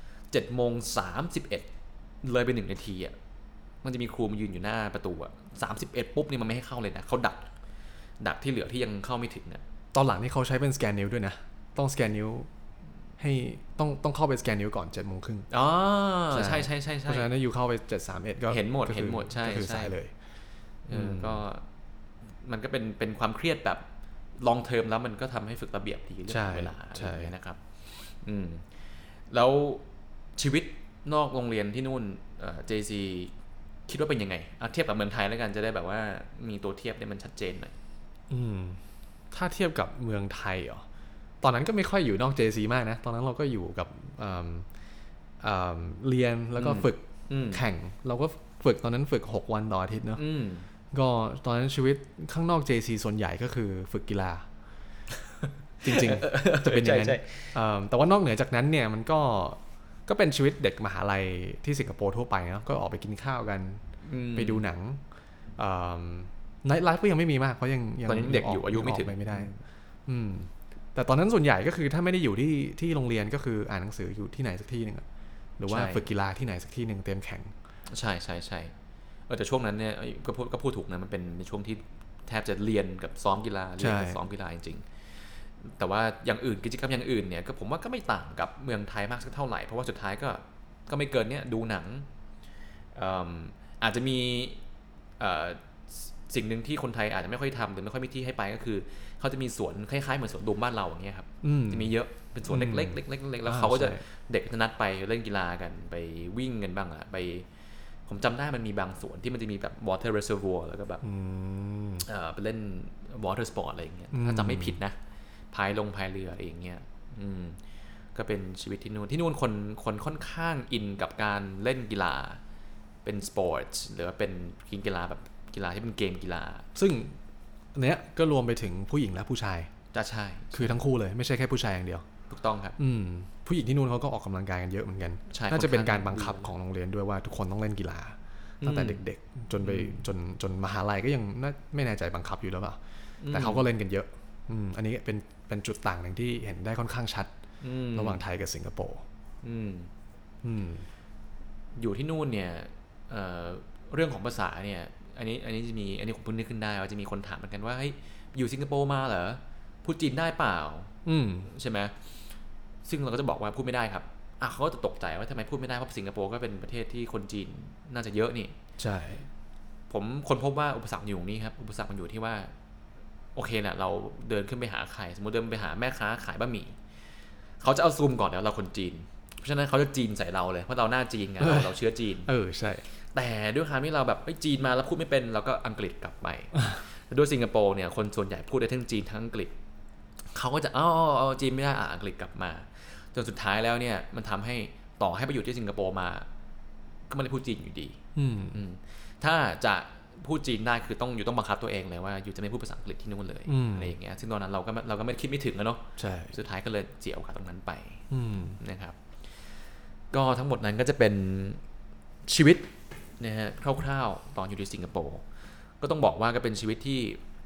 7:31 นเลยไป1นาทีอ่ะมันจะมีครูมายืนอยู่หน้าประตูอ่ะ31ปุ๊บนี่มันไม่ให้เข้าเลยนะเขาดักที่เหลือที่ยังเข้าไม่ถึงเนี่ยตอนหลังนี่เขาใช้เป็นสแกนนิ้วด้วยนะต้องสแกนนิ้วให้ต้องเข้าไปสแกนนิ้วก่อน 7:30 นอ๋อใช่เพราะฉะนั้นอยู่เข้าไป 7:31 ก็เห็นหมดใช่คือสายเลยก็มันก็เป็นความเครียดแบบ long term แล้วมันก็ทำให้ฝึกระเบียบดีเรื่องเวลาอะไรนะครับแล้วชีวิตนอกโรงเรียนที่นู่นJC คิดว่าเป็นยังไงเทียบกับเมืองไทยแล้วกันจะได้แบบว่ามีตัวเทียบได้มันชัดเจนหน่อยถ้าเทียบกับเมืองไทยตอนนั้นก็ไม่ค่อยอยู่นอก JC มากนะตอนนั้นเราก็อยู่กับเรียนแล้วก็ฝึกแข่งเราก็ฝึกตอนนั้นฝึก6วันต่ออาทิตย์เนาะก็ตอนนั้นชีวิตข้างนอก JC ส่วนใหญ่ก็คือฝึกกีฬาจริงๆจะเป็นอย่างนั้นแต่ว่านอกเหนือจากนั้นเนี่ยมันก็เป็นชีวิตเด็กมหาลัยที่สิงคโปร์ทั่วไปเนาะก็ออกไปกินข้าวกันไปดูหนังไนท์ไลฟ์ก็ยังไม่มีมากเพราะยังเด็กอยู่อายุไม่ถึงไม่ได้แต่ตอนนั้นส่วนใหญ่ก็คือถ้าไม่ได้อยู่ที่โรงเรียนก็คืออ่านหนังสืออยู่ที่ไหนสักที่นึงหรือว่าฝึกกีฬาที่ไหนสักที่นึงเตรียมแข่งใช่แต่ช่วงนั้นเนี่ยก็พูดถูกนะมันเป็นในช่วงที่แทบจะเรียนกับซ้อมกีฬาเรียนกับซ้อมกีฬาจริงๆแต่ว่าอย่างอื่นกิจกรรมอย่างอื่นเนี่ยก็ผมว่าก็ไม่ต่างกับเมืองไทยมากสักเท่าไหร่เพราะว่าสุดท้ายก็ไม่เกินเนี่ยดูหนังอาจจะมีสิ่งหนึ่งที่คนไทยอาจจะไม่ค่อยทำหรือไม่ค่อยมีที่ให้ไปก็คือเขาจะมีสวนคล้ายๆเหมือนสวนดุมบ้านเราอย่างเงี้ยครับจะมีเยอะเป็นสวนเล็กๆแล้วเขาก็จะเด็กจะนัดไปเล่นกีฬากันไปวิ่งกันบ้างอะไปผมจำได้มันมีบางสวนที่มันจะมีแบบ water reservoir แล้วก็แบบไปเล่น water sport อะไรอย่างเงี้ยถ้าจำไม่ผิดนะพายเรืออะไรอย่างเงี้ยก็เป็นชีวิตที่นู่นคนค่อนข้างอินกับการเล่นกีฬาเป็นสปอร์ตหรือว่าเป็นกีฬาแบบกีฬาที่เป็นเกมกีฬาซึ่งเนี้ยก็รวมไปถึงผู้หญิงและผู้ชายจะใช่คือทั้งคู่เลยไม่ใช่แค่ผู้ชายอย่างเดียวถูกต้องครับผู้หญิงที่นู่นเขาก็ออกกำลังกายกันเยอะเหมือนกันน่าจะเป็นการบังคับของโรงเรียนด้วยว่าทุกคนต้องเล่นกีฬาตั้งแต่เด็กๆจนมหาลัยก็ยังไม่แน่ใจบังคับอยู่แล้วเปล่าแต่เขาก็เล่นกันเยอะอันนี้เป็นจุดต่างหนึ่งที่เห็นได้ค่อนข้างชัดระหว่างไทยกับสิงคโปร์อยู่ที่นู่นเนี่ยเรื่องของภาษาเนี่ยอันนี้จะมีอันนี้ผมเพิ่งนึกขึ้นได้ว่าจะมีคนถามเหมือนกันว่าเฮ้ยอยู่สิงคโปร์มาเหรอพูดจีนได้เปล่าใช่ไหมซึ่งเราก็จะบอกว่าพูดไม่ได้ครับเขาก็จะตกใจว่าทำไมพูดไม่ได้เพราะสิงคโปร์ก็เป็นประเทศที่คนจีนน่าจะเยอะนี่ใช่ผมคนพบว่าอุปสรรคอยู่ตรงนี้ครับอุปสรรคมันอยู่ที่ว่าโอเคนะเราเดินขึ้นไปหาใครสมมติเดินไปหาแม่ค้าขายบะหมี่เขาจะเอาซูมก่อนแล้วเราคนจีนเพราะฉะนั้นเขาจะจีนใส่เราเลยเพราะเราหน้าจีนไงเราเชื้อจีนใช่แต่ด้วยความที่เราแบบจีนมาแล้วพูดไม่เป็นเราก็อังกฤษกลับไปด้วยสิงคโปร์เนี่ยคนส่วนใหญ่พูดได้ทั้งจีนทั้งอังกฤษเขาก็จะเอาจีนไม่ได้อังกฤษกลับมาจนสุดท้ายแล้วเนี่ยมันทำให้ต่อให้ไปอยู่ที่สิงคโปร์มาก็ไม่ได้พูดจีนอยู่ดีถ้าจะพูดจีนได้คือต้องบังคับตัวเองเลยว่าอยู่จะไม่พูดภาษาอังกฤษที่นู่นเลยอะไรอย่างเงี้ยซึ่งตอนนั้นเราก็ไม่คิดไม่ถึงแล้วเนาะสุดท้ายก็เลยเสียโอกาสตรงนั้นไปนะครับก็ทั้งหมดนั้นก็จะเป็นชีวิตนะฮะคร่าวๆตอนอยู่ที่สิงคโปร์ก็ต้องบอกว่าก็เป็นชีวิตที่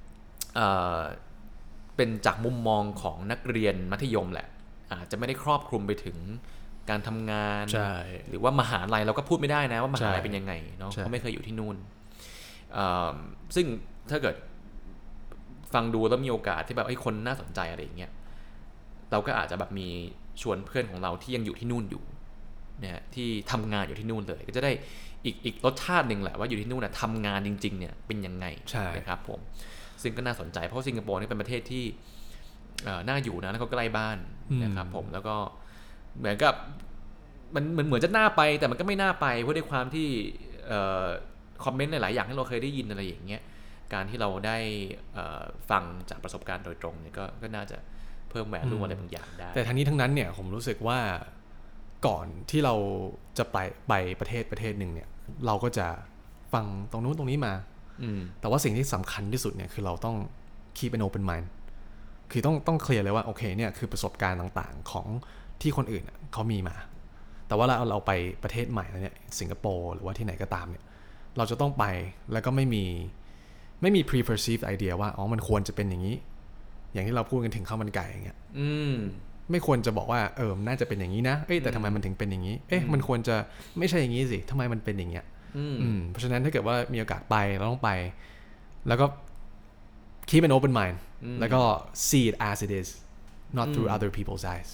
เป็นจากมุมมองของนักเรียนมัธยมแหละอาจจะไม่ได้ครอบคลุมไปถึงการทำงานหรือว่ามหาลัยเราก็พูดไม่ได้นะว่ามหาลัยเป็นยังไงเนาะเพราะไม่เคยอยู่ที่นู่นซึ่งถ้าเกิดฟังดูแล้วมีโอกาสที่แบบคนน่าสนใจอะไรอย่างเงี้ยเราก็อาจจะแบบมีชวนเพื่อนของเราที่ยังอยู่ที่นู่นอยู่เนี่ยที่ทำงานอยู่ที่นู่นเลยก็จะได้อีกรสชาติหนึ่งแหละว่าอยู่ที่นู่นทำงานจริงๆเนี่ยเป็นยังไงนะครับผมซึ่งก็น่าสนใจเพราะสิงคโปร์นี่เป็นประเทศที่น่าอยู่นะแล้วก็ใกล้บ้านนะครับผมแล้วก็เหมือนกับมันเหมือนจะน่าไปแต่มันก็ไม่น่าไปเพราะด้วยความที่คอมเมนต์หลายๆอย่างที่เราเคยได้ยินอะไรอย่างเงี้ยการที่เราได้ฟังจากประสบการณ์โดยตรงเนี่ยก็น่าจะเพิ่มแวลูอะไรบางอย่างได้แต่ทั้งนี้ทั้งนั้นเนี่ยผมรู้สึกว่าก่อนที่เราจะไปประเทศหนึ่งเนี่ยเราก็จะฟังตรงนู้นตรงนี้มาแต่ว่าสิ่งที่สำคัญที่สุดเนี่ยคือเราต้อง keep an open mind คือต้องเคลียร์เลยว่าโอเคเนี่ยคือประสบการณ์ต่างๆของที่คนอื่นเขามีมาแต่ว่าเราไปประเทศใหม่แล้วเนี่ยสิงคโปร์หรือว่าที่ไหนก็ตามเนี่ยเราจะต้องไปแล้วก็ไม่มี preperceived idea ว่ามันควรจะเป็นอย่างนี้อย่างที่เราพูดกันถึงข้าวมันไก่อย่างเงี้ยไม่ควรจะบอกว่าน่าจะเป็นอย่างนี้นะแต่ทำไมมันถึงเป็นอย่างนี้มันควรจะไม่ใช่อย่างนี้สิทำไมมันเป็นอย่างเงี้ยเพราะฉะนั้นถ้าเกิดว่ามีโอกาสไปเราต้องไปแล้วก็ keep an open mind แล้วก็ see it as it is not through other people's eyes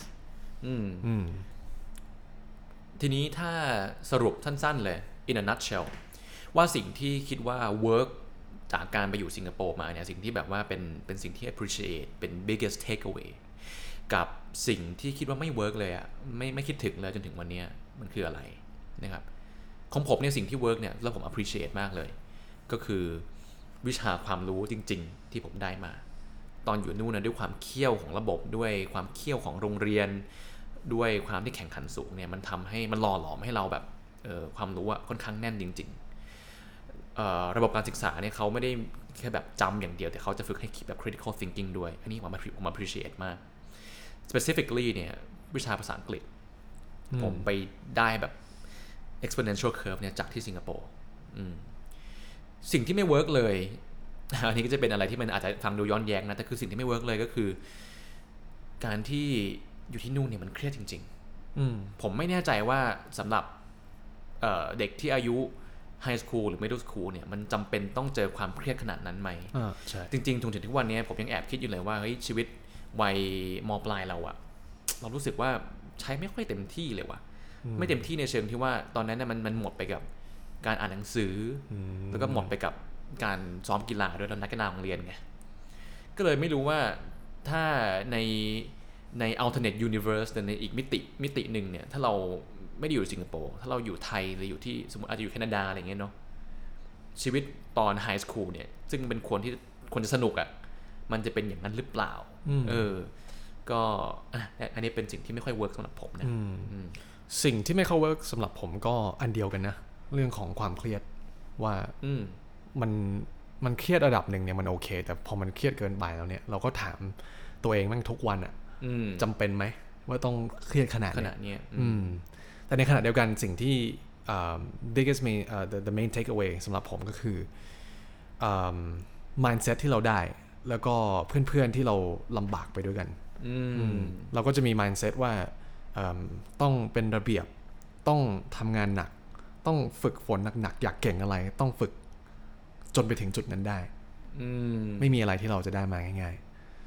ทีนี้ถ้าสรุปสั้นๆเลย in a nutshell ว่าสิ่งที่คิดว่า work จากการไปอยู่สิงคโปร์มาเนี่ยสิ่งที่แบบว่าเป็นสิ่งที่ appreciate เป็น biggest takeaway กับสิ่งที่คิดว่าไม่ work เลยอ่ะไม่คิดถึงเลยจนถึงวันนี้มันคืออะไรนะครับของผมเนี่ยสิ่งที่ work เนี่ยแล้วผม appreciate มากเลยก็คือวิชาความรู้จริงๆที่ผมได้มาตอนอยู่นู่นนะด้วยความเขี้ยวของระบบด้วยความเขี้ยวของโรงเรียนด้วยความที่แข่งขันสูงเนี่ยมันทำให้มันหล่อหลอมให้เราแบบความรู้ค่อนข้างแน่นจริงๆระบบการศึกษาเนี่ยเขาไม่ได้แค่แบบจำอย่างเดียวแต่เขาจะฝึกให้คิดแบบ critical thinking ด้วยอันนี้ผม appreciate มาก specifically เนี่ยวิชาภาษาอังกฤษผมไปได้แบบ exponential curve เนี่ยจากที่สิงคโปร์สิ่งที่ไม่ work เลยอันนี้ก็จะเป็นอะไรที่มันอาจจะฟังดูย้อนแย้งนะแต่คือสิ่งที่ไม่ work เลยก็คือการที่อยู่ที่นู่นเนี่ยมันเครียดจริงๆผมไม่แน่ใจว่าสำหรับเด็กที่อายุไฮสคูลหรือ middle school เนี่ยมันจำเป็นต้องเจอความเครียดขนาดนั้นไหมจริงๆถึงทุกวันนี้ผมยังแอบคิดอยู่เลยว่าเฮ้ยชีวิตวัยม.ปลายเรารู้สึกว่าใช้ไม่ค่อยเต็มที่เลยว่ะไม่เต็มที่ในเชิงที่ว่าตอนนั้นมันหมดไปกับการอ่านหนังสือแล้วก็หมดไปกับการซ้อมกีฬาด้วยตอนนักกีฬาโรงเรียนไงก็เลยไม่รู้ว่าถ้าใน alternate universe ในอีกมิติหนึ่งเนี่ยถ้าเราไม่ได้อยู่สิงคโปร์ถ้าเราอยู่ไทยหรืออยู่ที่สมมติอาจจะอยู่แคนาดาอะไรเงี้ยเนาะชีวิตตอนไฮสคูลเนี่ยซึ่งเป็นคนจะสนุกมันจะเป็นอย่างนั้นหรือเปล่าก็อันนี้เป็นสิ่งที่ไม่ค่อยเวิร์กสำหรับผมนะสิ่งที่ไม่ค่อยเวิร์กสำหรับผมก็อันเดียวกันนะเรื่องของความเครียดว่ามันเครียดระดับหนึ่งเนี่ยมันโอเคแต่พอมันเครียดเกินไปแล้วเนี่ยเราก็ถามตัวเองแม่งทุกวันอ่ะจำเป็นไหมว่าต้องเครียดขนาดนี้แต่ในขณะเดียวกันสิ่งที่biggest main the main takeaway สำหรับผมก็คือmindset ที่เราได้แล้วก็เพื่อนๆที่เราลำบากไปด้วยกันเราก็จะมี mindset ว่าต้องเป็นระเบียบต้องทำงานหนักต้องฝึกฝนหนักๆอยากเก่งอะไรต้องฝึกจนไปถึงจุดนั้นได้ไม่มีอะไรที่เราจะได้มาง่าย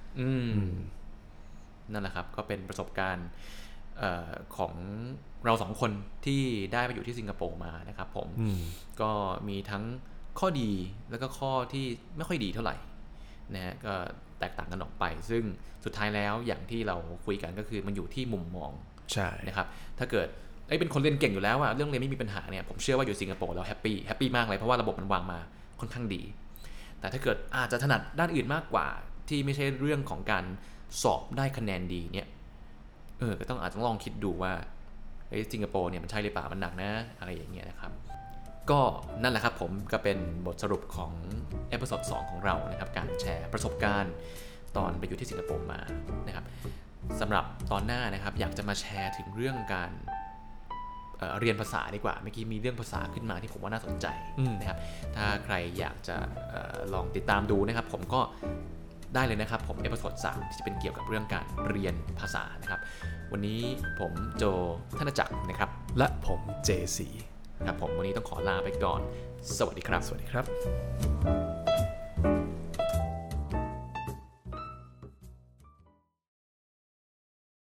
ๆนั่นแหละครับก็เป็นประสบการณ์ของเรา2คนที่ได้ไปอยู่ที่สิงคโปร์มานะครับผมก็มีทั้งข้อดีแล้วก็ข้อที่ไม่ค่อยดีเท่าไหร่นะฮะก็แตกต่างกันออกไปซึ่งสุดท้ายแล้วอย่างที่เราคุยกันก็คือมันอยู่ที่มุมมองใช่นะครับถ้าเกิดเป็นคนเรียนเก่งอยู่แล้วอะเรื่องเรียนไม่มีปัญหาเนี่ยผมเชื่อว่าอยู่สิงคโปร์แล้วแฮปปี้มากเลยเพราะว่าระบบมันวางมาค่อนข้างดีแต่ถ้าเกิดอาจจะถนัดด้านอื่นมากกว่าที่ไม่ใช่เรื่องของการสอบได้คะแนนดีเนี่ยก็ต้องอาจจะลองคิดดูว่าสิงคโปร์เนี่ยมันใช่หรือเปล่ามันหนักนะอะไรอย่างเงี้ยนะครับก็นั่นแหละครับผมก็เป็นบทสรุปของเอพิโซด2ของเรานะครับการแชร์ประสบการณ์ตอนไปอยู่ที่สิงคโปร์มานะครับสำหรับตอนหน้านะครับอยากจะมาแชร์ถึงเรื่องการเรียนภาษาดีกว่าเมื่อกี้มีเรื่องภาษาขึ้นมาที่ผมว่าน่าสนใจนะครับถ้าใครอยากจะลองติดตามดูนะครับผมก็ได้เลยนะครับผมเอพิโซด3ที่จะเป็นเกี่ยวกับเรื่องการเรียนภาษานะครับวันนี้ผมโจธนจักรนะครับและผมเจสีครับผมวันนี้ต้องขอลาไปก่อนสวัสดีครับสวัสดีครับ